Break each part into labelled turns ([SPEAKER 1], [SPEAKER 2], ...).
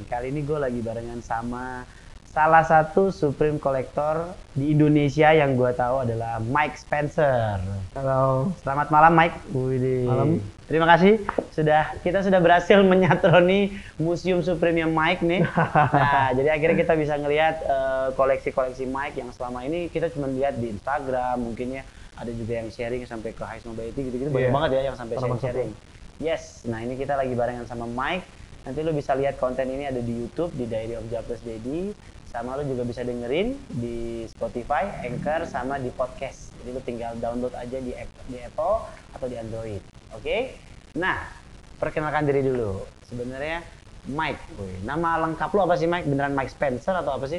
[SPEAKER 1] Kali ini gue lagi barengan sama salah satu Supreme Collector di Indonesia yang gue tahu adalah Mike Spencer.
[SPEAKER 2] Halo.
[SPEAKER 1] Selamat malam Mike. Widih.
[SPEAKER 2] Malam.
[SPEAKER 1] Terima kasih kita sudah berhasil menyatroni Museum Supreme Mike nih. Nah, jadi akhirnya kita bisa ngelihat koleksi-koleksi Mike yang selama ini kita cuma lihat di Instagram, mungkin ya. Ada juga yang sharing sampai ke Highs Mobility gitu-gitu, banyak banget ya yang sampai sharing. Yes, nah ini kita lagi barengan sama Mike. Nanti lo bisa lihat konten ini ada di YouTube, di Diary of Jobless Daddy. Sama lo juga bisa dengerin di Spotify, Anchor, sama di podcast. Jadi lo tinggal download aja di Apple atau di Android. Oke? Nah, perkenalkan diri dulu. Sebenarnya Mike, nama lengkap lo apa sih Mike? Beneran Mike Spencer atau apa sih?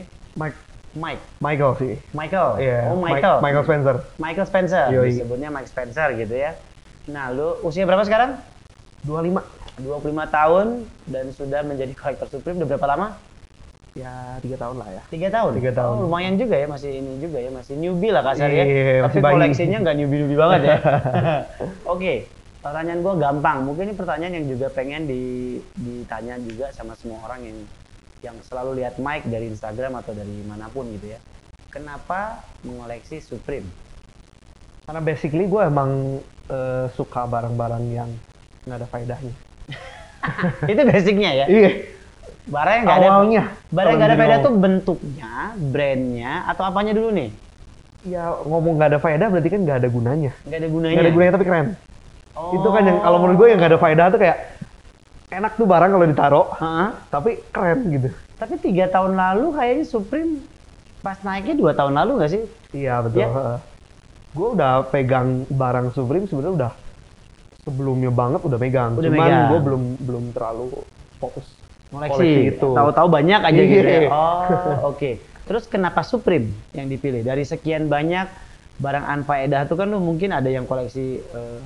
[SPEAKER 2] Michael sih.
[SPEAKER 1] Michael?
[SPEAKER 2] Yeah.
[SPEAKER 1] Oh Michael.
[SPEAKER 2] Michael Spencer.
[SPEAKER 1] Michael Spencer.
[SPEAKER 2] Yoi.
[SPEAKER 1] Disebutnya Mike Spencer gitu ya. Nah, lu usia berapa sekarang?
[SPEAKER 2] 25.
[SPEAKER 1] 25 tahun dan sudah menjadi kolektor Supreme. Udah berapa lama?
[SPEAKER 2] Ya 3 tahun lah ya.
[SPEAKER 1] 3 tahun?
[SPEAKER 2] 3 tahun.
[SPEAKER 1] Oh, lumayan juga ya, masih ini juga ya, masih newbie lah kasar ya.
[SPEAKER 2] Iya,
[SPEAKER 1] Tapi
[SPEAKER 2] masih bayi.
[SPEAKER 1] koleksinya nggak newbie-newbie banget ya. Oke, pertanyaan gua gampang. Mungkin ini pertanyaan yang juga pengen ditanya juga sama semua orang yang selalu lihat Mike dari Instagram atau dari manapun gitu ya. Kenapa mengoleksi Supreme?
[SPEAKER 2] Karena basically gue emang suka barang-barang yang nggak ada faedahnya.
[SPEAKER 1] Itu basicnya ya?
[SPEAKER 2] Iya.
[SPEAKER 1] Barang yang nggak ada,
[SPEAKER 2] Awalnya.
[SPEAKER 1] barang yang nggak ada faedah tuh bentuknya, brandnya, atau apanya dulu nih?
[SPEAKER 2] Ya ngomong nggak ada faedah berarti kan nggak ada gunanya.
[SPEAKER 1] Nggak ada gunanya?
[SPEAKER 2] Nggak ada gunanya tapi keren.
[SPEAKER 1] Oh.
[SPEAKER 2] Itu kan yang kalau menurut gue yang nggak ada faedah tuh kayak enak tuh barang kalau ditaruh,
[SPEAKER 1] Heeh.
[SPEAKER 2] tapi keren gitu.
[SPEAKER 1] Tapi 3 tahun lalu kayaknya Supreme pas naiknya 2 tahun lalu nggak sih?
[SPEAKER 2] Iya betul.
[SPEAKER 1] Iya.
[SPEAKER 2] Gue udah pegang barang Supreme sebenarnya udah sebelumnya banget udah megang.
[SPEAKER 1] Udah
[SPEAKER 2] Cuman
[SPEAKER 1] megang.
[SPEAKER 2] gue belum terlalu fokus
[SPEAKER 1] Koleksi
[SPEAKER 2] itu.
[SPEAKER 1] Tahu-tahu banyak aja gitu ya.
[SPEAKER 2] Iya.
[SPEAKER 1] Oh, oke. Terus kenapa Supreme yang dipilih? Dari sekian banyak barang anfaedah tuh kan lu mungkin ada yang koleksi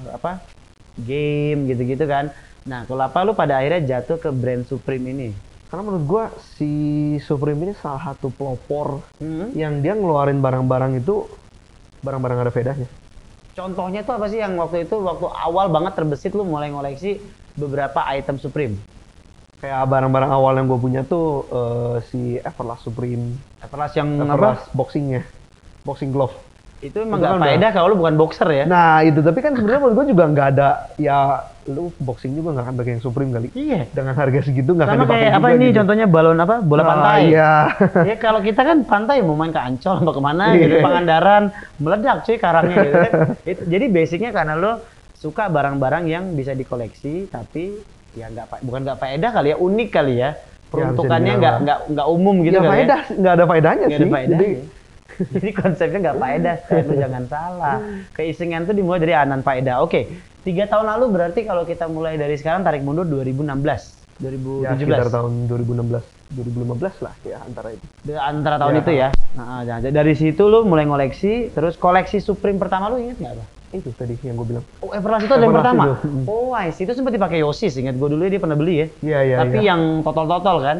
[SPEAKER 1] game gitu-gitu kan. Nah, kenapa lu pada akhirnya jatuh ke brand Supreme ini?
[SPEAKER 2] Karena menurut gue si Supreme ini salah satu pelopor
[SPEAKER 1] Hmm?
[SPEAKER 2] yang dia ngeluarin barang-barang itu barang-barang ada faedahnya.
[SPEAKER 1] Contohnya tuh apa sih yang waktu awal banget terbesit lu mulai ngoleksi beberapa item Supreme?
[SPEAKER 2] Kayak barang-barang awal yang gue punya tuh si Everlast Supreme,
[SPEAKER 1] Everlast yang
[SPEAKER 2] Everlast boxingnya, boxing glove.
[SPEAKER 1] itu emang
[SPEAKER 2] Itu
[SPEAKER 1] nggak
[SPEAKER 2] kan
[SPEAKER 1] faedah kalau lu bukan boxer ya?
[SPEAKER 2] Nah itu tapi kan sebenarnya menurut gue juga nggak ada ya lu boxing juga nggak akan pakai yang Supreme kali.
[SPEAKER 1] Iya.
[SPEAKER 2] Dengan harga segitu nggak akan
[SPEAKER 1] Sama
[SPEAKER 2] dipakai
[SPEAKER 1] kayak apa
[SPEAKER 2] juga
[SPEAKER 1] ini
[SPEAKER 2] gitu.
[SPEAKER 1] contohnya balon apa? Bola pantai.
[SPEAKER 2] Iya.
[SPEAKER 1] Ya kalau kita kan pantai mau main ke Ancol apa kemana gitu, Pangandaran meledak cuy karangnya gitu kan. Jadi basicnya karena lo suka barang-barang yang bisa dikoleksi tapi ya bukan nggak faedah kali ya, unik kali ya. Peruntukannya
[SPEAKER 2] dibilang
[SPEAKER 1] nggak umum gitu
[SPEAKER 2] Ya
[SPEAKER 1] kali
[SPEAKER 2] faedah, nggak ada faedahnya
[SPEAKER 1] ya. Nggak
[SPEAKER 2] sih.
[SPEAKER 1] ada faedah.
[SPEAKER 2] Jadi,
[SPEAKER 1] Jadi konsepnya nggak faedah, lu jangan salah. Keisengan tuh dimulai dari anan faedah. Oke, 3 tahun lalu berarti kalau kita mulai dari sekarang tarik mundur 2016, 2017.
[SPEAKER 2] ya sekitar tahun 2016, 2015 lah ya antara itu.
[SPEAKER 1] Antara tahun
[SPEAKER 2] Ya.
[SPEAKER 1] itu ya. Nah, dari situ lu mulai ngoleksi, terus koleksi Supreme pertama lu inget nggak apa?
[SPEAKER 2] Itu tadi yang gue bilang.
[SPEAKER 1] Oh, Everlast itu ada yang
[SPEAKER 2] Everlast
[SPEAKER 1] pertama?
[SPEAKER 2] itu.
[SPEAKER 1] Oh, I see. Itu sempat dipakai Yosis, ingat gue dulu dia pernah beli ya.
[SPEAKER 2] Iya, iya,
[SPEAKER 1] Tapi
[SPEAKER 2] iya.
[SPEAKER 1] yang totol-totol kan?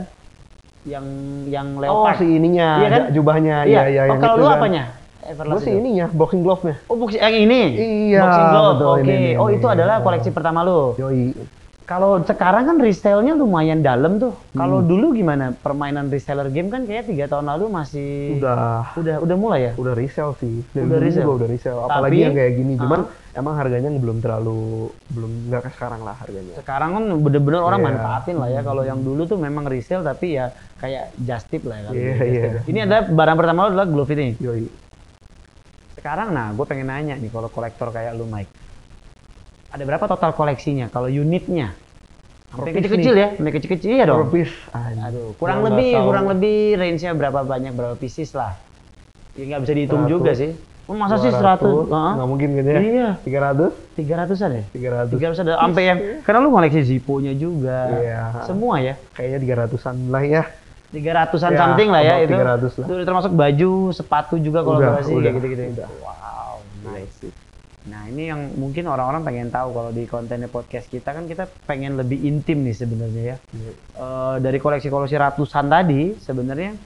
[SPEAKER 1] Yang
[SPEAKER 2] Oh,
[SPEAKER 1] leopard.
[SPEAKER 2] si ininya,
[SPEAKER 1] Iya kan?
[SPEAKER 2] jubahnya.
[SPEAKER 1] Iya.
[SPEAKER 2] Iya,
[SPEAKER 1] Oh,
[SPEAKER 2] yang
[SPEAKER 1] kalau
[SPEAKER 2] itu
[SPEAKER 1] lu
[SPEAKER 2] kan.
[SPEAKER 1] apanya?
[SPEAKER 2] Gue
[SPEAKER 1] Everlast
[SPEAKER 2] sih
[SPEAKER 1] itu?
[SPEAKER 2] ininya, boxing glove-nya.
[SPEAKER 1] Oh, yang ini?
[SPEAKER 2] Iya,
[SPEAKER 1] Boxing glove,
[SPEAKER 2] betul,
[SPEAKER 1] oke.
[SPEAKER 2] ini.
[SPEAKER 1] Oh, itu adalah koleksi pertama lu?
[SPEAKER 2] Yoi.
[SPEAKER 1] Kalau sekarang kan resale-nya lumayan dalam tuh. Kalau
[SPEAKER 2] Hmm.
[SPEAKER 1] dulu gimana? Permainan reseller game kan kayak 3 tahun lalu masih... Udah mulai ya?
[SPEAKER 2] Udah resell sih. Dari
[SPEAKER 1] Udah
[SPEAKER 2] dulu
[SPEAKER 1] resell?
[SPEAKER 2] juga udah resell. Apalagi
[SPEAKER 1] Tapi-
[SPEAKER 2] yang kayak gini. Cuman emang harganya belum nggak kayak sekarang lah harganya.
[SPEAKER 1] Sekarang kan bener-bener orang
[SPEAKER 2] Iya.
[SPEAKER 1] manfaatin lah ya. Kalau yang dulu tuh memang resale tapi ya kayak just tip lah ya.
[SPEAKER 2] Iya,
[SPEAKER 1] Just
[SPEAKER 2] iya.
[SPEAKER 1] tip. Ini adalah barang pertama lo adalah glove ini.
[SPEAKER 2] Yoi.
[SPEAKER 1] Sekarang nah gue pengen nanya nih kalau kolektor kayak lu Mike. Ada berapa total koleksinya? Kalau unitnya? Sampai
[SPEAKER 2] Per piece
[SPEAKER 1] kecil-kecil ya? Sampai kecil-kecil iya dong?
[SPEAKER 2] Per piece.
[SPEAKER 1] Aduh,
[SPEAKER 2] Gua nggak
[SPEAKER 1] kurang
[SPEAKER 2] tahu.
[SPEAKER 1] lebih range-nya berapa banyak, berapa pieces lah. Ya nggak bisa dihitung
[SPEAKER 2] 100,
[SPEAKER 1] juga sih. Oh, masa sih 100?
[SPEAKER 2] Nggak mungkin gitu ya.
[SPEAKER 1] Iya.
[SPEAKER 2] 300?
[SPEAKER 1] 300-an ya?
[SPEAKER 2] 300.
[SPEAKER 1] 300 ada sampai yang karena lu ngoleksi Zippo-nya juga.
[SPEAKER 2] Iya.
[SPEAKER 1] Semua ya.
[SPEAKER 2] Kayaknya 300-an lah ya.
[SPEAKER 1] 300-an
[SPEAKER 2] Ya,
[SPEAKER 1] something lah ya
[SPEAKER 2] about
[SPEAKER 1] itu.
[SPEAKER 2] 300 lah.
[SPEAKER 1] Itu udah termasuk baju, sepatu juga kolaborasi
[SPEAKER 2] udah,
[SPEAKER 1] kayak gitu-gitu.
[SPEAKER 2] udah.
[SPEAKER 1] Wow, nice. Nah, ini yang mungkin orang-orang pengen tahu kalau di kontennya podcast kita kan kita pengen lebih intim nih sebenarnya ya. Dari koleksi-koleksi ratusan tadi sebenarnya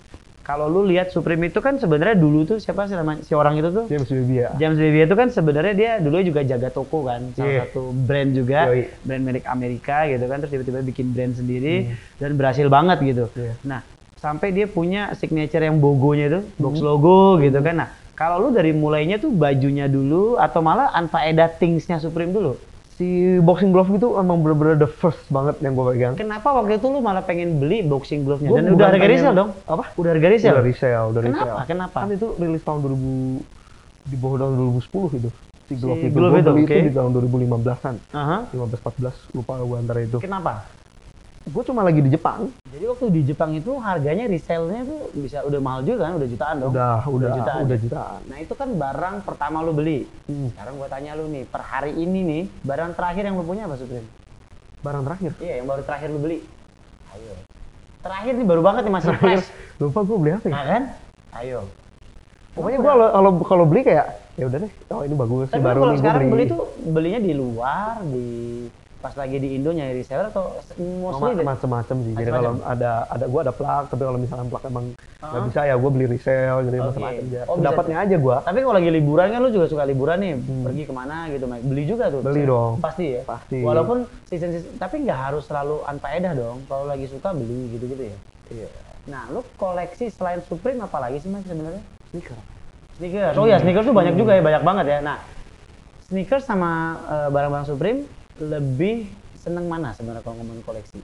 [SPEAKER 1] kalau lu lihat Supreme itu kan sebenarnya dulu tuh siapa sih namanya si orang itu tuh?
[SPEAKER 2] James Baby ya.
[SPEAKER 1] James Baby itu kan sebenarnya dia dulu juga jaga toko kan, salah satu brand juga,
[SPEAKER 2] Yoi.
[SPEAKER 1] brand milik Amerika gitu kan, terus tiba-tiba bikin brand sendiri dan berhasil banget gitu. Nah, sampai dia punya signature yang bogonya itu, box logo gitu kan. Nah, kalau lu dari mulainya tuh bajunya dulu atau malah unfaedah thingsnya Supreme dulu?
[SPEAKER 2] Si boxing glove itu emang bener-bener the first banget yang gue pegang.
[SPEAKER 1] Kenapa waktu itu lu malah pengen beli boxing glove-nya?
[SPEAKER 2] Gua
[SPEAKER 1] Dan
[SPEAKER 2] bukan
[SPEAKER 1] udah harga
[SPEAKER 2] pengen-
[SPEAKER 1] resell dong?
[SPEAKER 2] Apa?
[SPEAKER 1] Udah harga resell?
[SPEAKER 2] Udah resell.
[SPEAKER 1] Kenapa?
[SPEAKER 2] Kan itu rilis tahun 2000, di bawah tahun 2010 itu. Si glove
[SPEAKER 1] Si
[SPEAKER 2] itu.
[SPEAKER 1] glove
[SPEAKER 2] Gua
[SPEAKER 1] itu,
[SPEAKER 2] beli
[SPEAKER 1] oke.
[SPEAKER 2] itu di tahun 2015-an.
[SPEAKER 1] Aha.
[SPEAKER 2] 15-14, lupa gue antara itu.
[SPEAKER 1] Kenapa?
[SPEAKER 2] Gue cuma lagi di Jepang.
[SPEAKER 1] Jadi waktu di Jepang itu harganya resellnya tuh bisa udah mahal juga kan? Udah jutaan dong? Udah jutaan. Nah itu kan barang pertama lu beli. Sekarang gua tanya lu nih, per hari ini nih, barang terakhir yang lu punya apa Supreme?
[SPEAKER 2] Barang terakhir.
[SPEAKER 1] Iya, yang baru terakhir lu beli. Ayo. Terakhir nih baru banget nih masih fresh.
[SPEAKER 2] Lupa gue beli apa ya?
[SPEAKER 1] Nah kan? Ayo.
[SPEAKER 2] Pokoknya gue kalau beli kayak ya udah deh. Oh ini bagus
[SPEAKER 1] Tapi
[SPEAKER 2] sih
[SPEAKER 1] lu
[SPEAKER 2] baru
[SPEAKER 1] kalau
[SPEAKER 2] nih gue
[SPEAKER 1] sekarang beli
[SPEAKER 2] beli.
[SPEAKER 1] tuh belinya di luar, di pas lagi di Indo nyari reseller atau mostly deh?
[SPEAKER 2] Macem-macem sih. Jadi
[SPEAKER 1] Macem-macem.
[SPEAKER 2] kalau ada gue ada plug, tapi kalau misalkan plug emang nggak bisa ya gue beli resell, jadi
[SPEAKER 1] Oke.
[SPEAKER 2] macam-macam aja.
[SPEAKER 1] Oh, bisa
[SPEAKER 2] Dapatnya aja gue.
[SPEAKER 1] Tapi kalau lagi liburan kan lu juga suka liburan nih, pergi kemana gitu, Mike. Beli juga tuh.
[SPEAKER 2] Beli dong.
[SPEAKER 1] Pasti ya.
[SPEAKER 2] Pasti.
[SPEAKER 1] Walaupun season, tapi nggak harus selalu unfaedah dong. Kalau lagi suka beli gitu-gitu ya.
[SPEAKER 2] Iya.
[SPEAKER 1] Nah, lu koleksi selain Supreme apa lagi sih Mas sebenarnya?
[SPEAKER 2] Sneaker.
[SPEAKER 1] Sneakers. Oh ya, sneakers tuh banyak juga ya, banyak banget ya. Nah, sneakers sama barang-barang Supreme lebih seneng mana sebenarnya kalau ngomongin koleksi?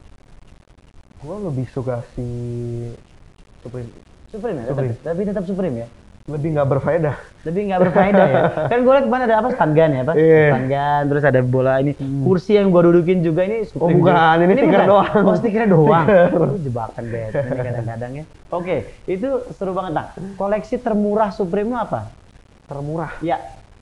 [SPEAKER 2] Gue lebih suka si Supreme.
[SPEAKER 1] Supreme ya,
[SPEAKER 2] Supreme.
[SPEAKER 1] Tapi tetap Supreme ya.
[SPEAKER 2] Lebih nggak berfaedah.
[SPEAKER 1] Lebih nggak berfaedah ya. Kan gue liat kemana ada apa stun gun ya, Pak?
[SPEAKER 2] Iya.
[SPEAKER 1] Stun gun, terus ada bola ini. Kursi yang gua dudukin juga ini Supreme.
[SPEAKER 2] Oh, bukan,
[SPEAKER 1] juga.
[SPEAKER 2] ini stiker
[SPEAKER 1] bukan?
[SPEAKER 2] doang.
[SPEAKER 1] Oh, stikernya doang.
[SPEAKER 2] Stiker.
[SPEAKER 1] Itu jebakan Batman ini kadang-kadang ya. Oke, itu seru banget. Nah, koleksi termurah Supreme lu apa?
[SPEAKER 2] Termurah.
[SPEAKER 1] Ya,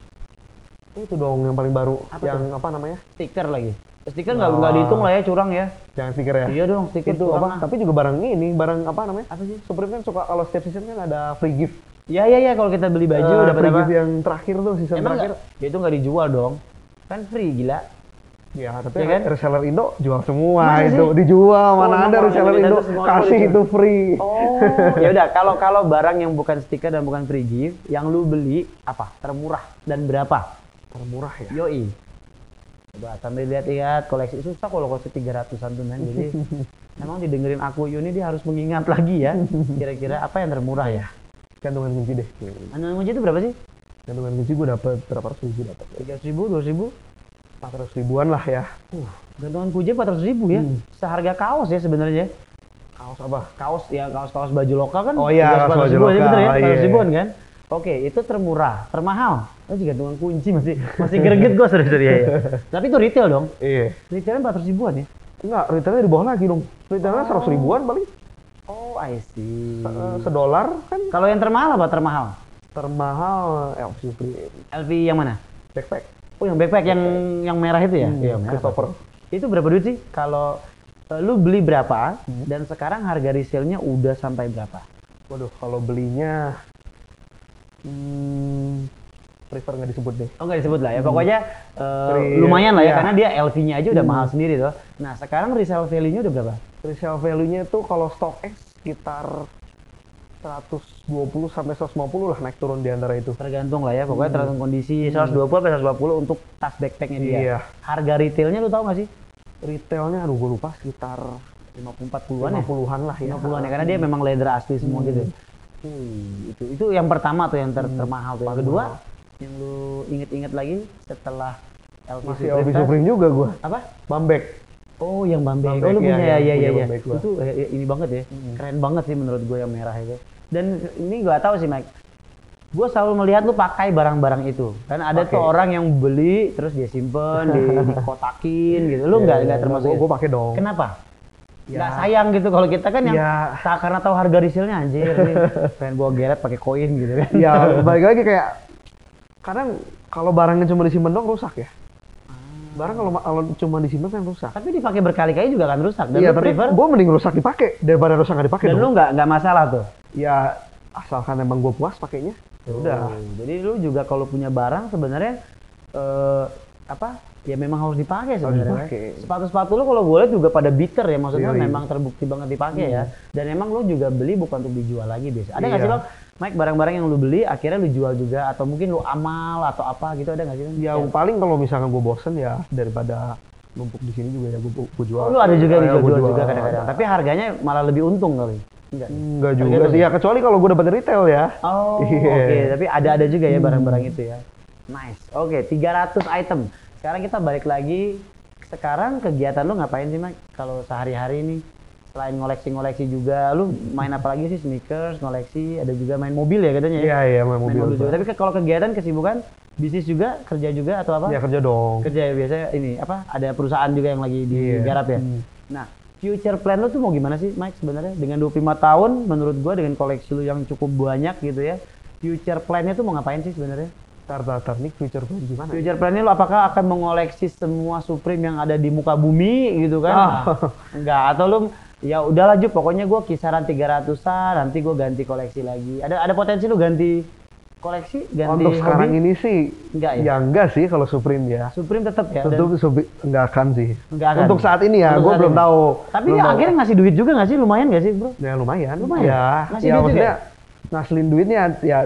[SPEAKER 2] Itu dong yang paling baru.
[SPEAKER 1] Apa
[SPEAKER 2] yang
[SPEAKER 1] tuh?
[SPEAKER 2] apa namanya?
[SPEAKER 1] stiker lagi. Stiker nggak dihitung lah ya, curang ya.
[SPEAKER 2] Jangan stiker ya.
[SPEAKER 1] Iya dong, stiker
[SPEAKER 2] Itu
[SPEAKER 1] curang
[SPEAKER 2] apa?
[SPEAKER 1] lah.
[SPEAKER 2] Tapi juga barang ini, barang apa namanya?
[SPEAKER 1] Apa sih?
[SPEAKER 2] Supreme kan suka kalau setiap season kan ada free gift.
[SPEAKER 1] Ya, kalau kita beli baju dapat
[SPEAKER 2] free
[SPEAKER 1] apa?
[SPEAKER 2] gift yang terakhir tuh season
[SPEAKER 1] Emang
[SPEAKER 2] terakhir.
[SPEAKER 1] nggak? Ya itu nggak dijual dong. Kan free, gila.
[SPEAKER 2] Ya, tapi
[SPEAKER 1] Ya kan?
[SPEAKER 2] reseller Indo jual semua
[SPEAKER 1] Masa
[SPEAKER 2] itu.
[SPEAKER 1] sih?
[SPEAKER 2] Dijual, mana
[SPEAKER 1] emang
[SPEAKER 2] ada
[SPEAKER 1] orang
[SPEAKER 2] reseller
[SPEAKER 1] yang minta
[SPEAKER 2] Indo
[SPEAKER 1] tuh semua
[SPEAKER 2] kasih
[SPEAKER 1] dijual.
[SPEAKER 2] itu free.
[SPEAKER 1] Oh, ya udah kalau barang yang bukan stiker dan bukan free gift, yang lu beli apa? Termurah dan berapa?
[SPEAKER 2] Termurah ya.
[SPEAKER 1] Yoi. Coba sambil lihat-lihat koleksi susah kalau koleksi 300-an tuh men. Jadi emang didengerin aku ini dia harus mengingat lagi ya. Kira-kira apa yang termurah ya?
[SPEAKER 2] Gantungan kunci deh.
[SPEAKER 1] Gantungan kunci itu berapa sih?
[SPEAKER 2] Gantungan kunci gue dapet berapa ratus ribu dapat?
[SPEAKER 1] 300.000, 200.000?
[SPEAKER 2] 400 ribuan lah ya.
[SPEAKER 1] Gantungan kunci 400.000 ya? Seharga kaos ya sebenarnya.
[SPEAKER 2] Kaos apa?
[SPEAKER 1] Kaos ya kaos-kaos baju lokal kan?
[SPEAKER 2] Oh iya, kaos baju
[SPEAKER 1] 400.000 ya, bener ya?
[SPEAKER 2] lokal,
[SPEAKER 1] 400.000-an kan? Oke, itu termurah, termahal. Oh, gantungan kunci masih greget gue sorry ya. Tapi itu retail dong.
[SPEAKER 2] Iya.
[SPEAKER 1] Retailnya 400.000-an ya?
[SPEAKER 2] Enggak, retailnya di bawah lagi dong. Retailnya 100 ribuan paling.
[SPEAKER 1] Oh, I see.
[SPEAKER 2] Sedolar kan
[SPEAKER 1] Kalau yang termahal apa termahal?
[SPEAKER 2] termahal LV Supreme.
[SPEAKER 1] LV yang mana?
[SPEAKER 2] Backpack.
[SPEAKER 1] Oh, yang backpack yang merah itu ya? Iya, merah.
[SPEAKER 2] Christopher.
[SPEAKER 1] Itu berapa duit sih? Kalau lu beli berapa dan sekarang harga resellnya udah sampai berapa?
[SPEAKER 2] Waduh, kalau belinya prefer nggak disebut deh.
[SPEAKER 1] Oh, nggak disebut lah ya. Pokoknya
[SPEAKER 2] Dari-
[SPEAKER 1] lumayan lah ya,
[SPEAKER 2] iya.
[SPEAKER 1] karena dia LV-nya aja udah mahal sendiri tuh. Nah, sekarang resell value-nya udah berapa?
[SPEAKER 2] Resale value-nya tuh kalau StockX sekitar 120 sampai 150 lah naik turun di antara itu.
[SPEAKER 1] Tergantung lah ya, pokoknya tergantung kondisi 120 sampai 150 untuk tas backpacknya dia.
[SPEAKER 2] Iya.
[SPEAKER 1] Harga retailnya lu tahu nggak sih?
[SPEAKER 2] Retailnya aduh gue lupa sekitar
[SPEAKER 1] 50-40-an ya?
[SPEAKER 2] 50-an lah ya.
[SPEAKER 1] 50-an ya, karena dia memang leather asli semua gitu. Itu yang pertama tuh yang termahal tuh. Yang kedua, yang lu inget-inget lagi setelah LV
[SPEAKER 2] Masih
[SPEAKER 1] Supreme
[SPEAKER 2] LV
[SPEAKER 1] tas,
[SPEAKER 2] Supreme juga gue.
[SPEAKER 1] apa?
[SPEAKER 2] Bambek.
[SPEAKER 1] Oh, yang Bambek.
[SPEAKER 2] Bambek,
[SPEAKER 1] Oh, lu
[SPEAKER 2] iya,
[SPEAKER 1] punya
[SPEAKER 2] iya,
[SPEAKER 1] ya.
[SPEAKER 2] punya Bambek gua.
[SPEAKER 1] Itu ini banget ya. Keren banget sih menurut gue yang merah itu. Dan ini gua tahu sih, Mike. Gue selalu melihat lu pakai barang-barang itu. Kan ada tuh
[SPEAKER 2] Pakai.
[SPEAKER 1] orang yang beli terus dia simpen, dikotakin gitu. Lu nggak termasuk.
[SPEAKER 2] Gue pakai dong.
[SPEAKER 1] Kenapa?
[SPEAKER 2] Ya.
[SPEAKER 1] Nggak sayang gitu kalau kita kan yang
[SPEAKER 2] Ya.
[SPEAKER 1] karena tahu harga resellnya anjir nih, pengen bawa geret pakai koin gitu kan.
[SPEAKER 2] Ya balik lagi kayak kadang kalau barangnya cuma disimpan dong rusak ya. Barang kalau cuma disimpan kan rusak.
[SPEAKER 1] Tapi dipakai berkali-kali juga kan rusak. Dan
[SPEAKER 2] Iya,
[SPEAKER 1] lu
[SPEAKER 2] tapi
[SPEAKER 1] prefer
[SPEAKER 2] gue mending rusak dipakai daripada rusak nggak dipakai
[SPEAKER 1] dan
[SPEAKER 2] dong.
[SPEAKER 1] lu nggak masalah tuh.
[SPEAKER 2] Ya asalkan emang gue puas pakainya. Ya udah.
[SPEAKER 1] Oh, jadi lu juga kalau punya barang sebenarnya apa ya memang harus dipakai
[SPEAKER 2] Harus
[SPEAKER 1] sebenarnya.
[SPEAKER 2] dipakai.
[SPEAKER 1] Sepatu-sepatu lo kalau gue lihat juga pada bitter ya, maksudnya
[SPEAKER 2] Iya.
[SPEAKER 1] memang terbukti banget dipakai ya. Dan emang lo juga beli bukan untuk dijual lagi biasa. Ada nggak
[SPEAKER 2] Iya.
[SPEAKER 1] sih Bang, Mike, barang-barang yang lo beli akhirnya lo jual juga atau mungkin lo amal atau apa gitu, ada nggak sih Bang?
[SPEAKER 2] Ya paling kalau misalkan gue bosen ya daripada numpuk di sini juga ya gue jual.
[SPEAKER 1] Oh, lo ada juga
[SPEAKER 2] Ya,
[SPEAKER 1] yang
[SPEAKER 2] gua
[SPEAKER 1] jual juga kadang-kadang. Tapi harganya malah lebih untung kali. Enggak.
[SPEAKER 2] Enggak juga
[SPEAKER 1] Tergantung
[SPEAKER 2] sih ya, kecuali kalau gue dapat retail ya.
[SPEAKER 1] Oh,
[SPEAKER 2] Iya.
[SPEAKER 1] oke. Tapi ada juga ya barang-barang itu ya. Nice. Oke, 300 item. Sekarang kita balik lagi. Sekarang kegiatan lu ngapain sih, Mike? Kalau sehari-hari nih, selain ngoleksi-ngoleksi juga, lu main apa lagi sih? Sneakers, ngoleksi, ada juga main mobil ya katanya ya?
[SPEAKER 2] Iya iya main mobil.
[SPEAKER 1] juga. Tapi kalau kegiatan, kesibukan, bisnis juga, kerja juga atau apa?
[SPEAKER 2] Ya kerja dong.
[SPEAKER 1] Kerja ya biasanya ini apa? Ada perusahaan juga yang lagi digarap ya. Nah, future plan lu tuh mau gimana sih, Mike, sebenarnya? Dengan 25 tahun, menurut gua dengan koleksi lu yang cukup banyak gitu ya, future plan-nya tuh mau ngapain sih sebenarnya?
[SPEAKER 2] Tar nih future plan gimana?
[SPEAKER 1] Future plan-nya lu apakah akan mengoleksi semua Supreme yang ada di muka bumi gitu kan? Enggak, atau lu ya udahlah Jup, pokoknya gua kisaran 300-an, nanti gua ganti koleksi lagi. Ada potensi lu ganti koleksi, ganti
[SPEAKER 2] Untuk sekarang
[SPEAKER 1] hobi?
[SPEAKER 2] ini sih
[SPEAKER 1] Enggak ya?
[SPEAKER 2] ya enggak sih kalau Supreme ya.
[SPEAKER 1] Supreme tetap ya?
[SPEAKER 2] Tentu enggak akan sih.
[SPEAKER 1] Enggak akan.
[SPEAKER 2] Untuk saat ini ya,
[SPEAKER 1] Untuk
[SPEAKER 2] gue
[SPEAKER 1] saat
[SPEAKER 2] belum
[SPEAKER 1] ini.
[SPEAKER 2] tahu.
[SPEAKER 1] Tapi
[SPEAKER 2] belum
[SPEAKER 1] ya
[SPEAKER 2] tahu.
[SPEAKER 1] akhirnya ngasih duit juga nggak sih? Lumayan nggak sih bro?
[SPEAKER 2] Ya lumayan.
[SPEAKER 1] Lumayan?
[SPEAKER 2] Ya,
[SPEAKER 1] Ngasih
[SPEAKER 2] ya
[SPEAKER 1] duit juga
[SPEAKER 2] maksudnya ngasilin duitnya ya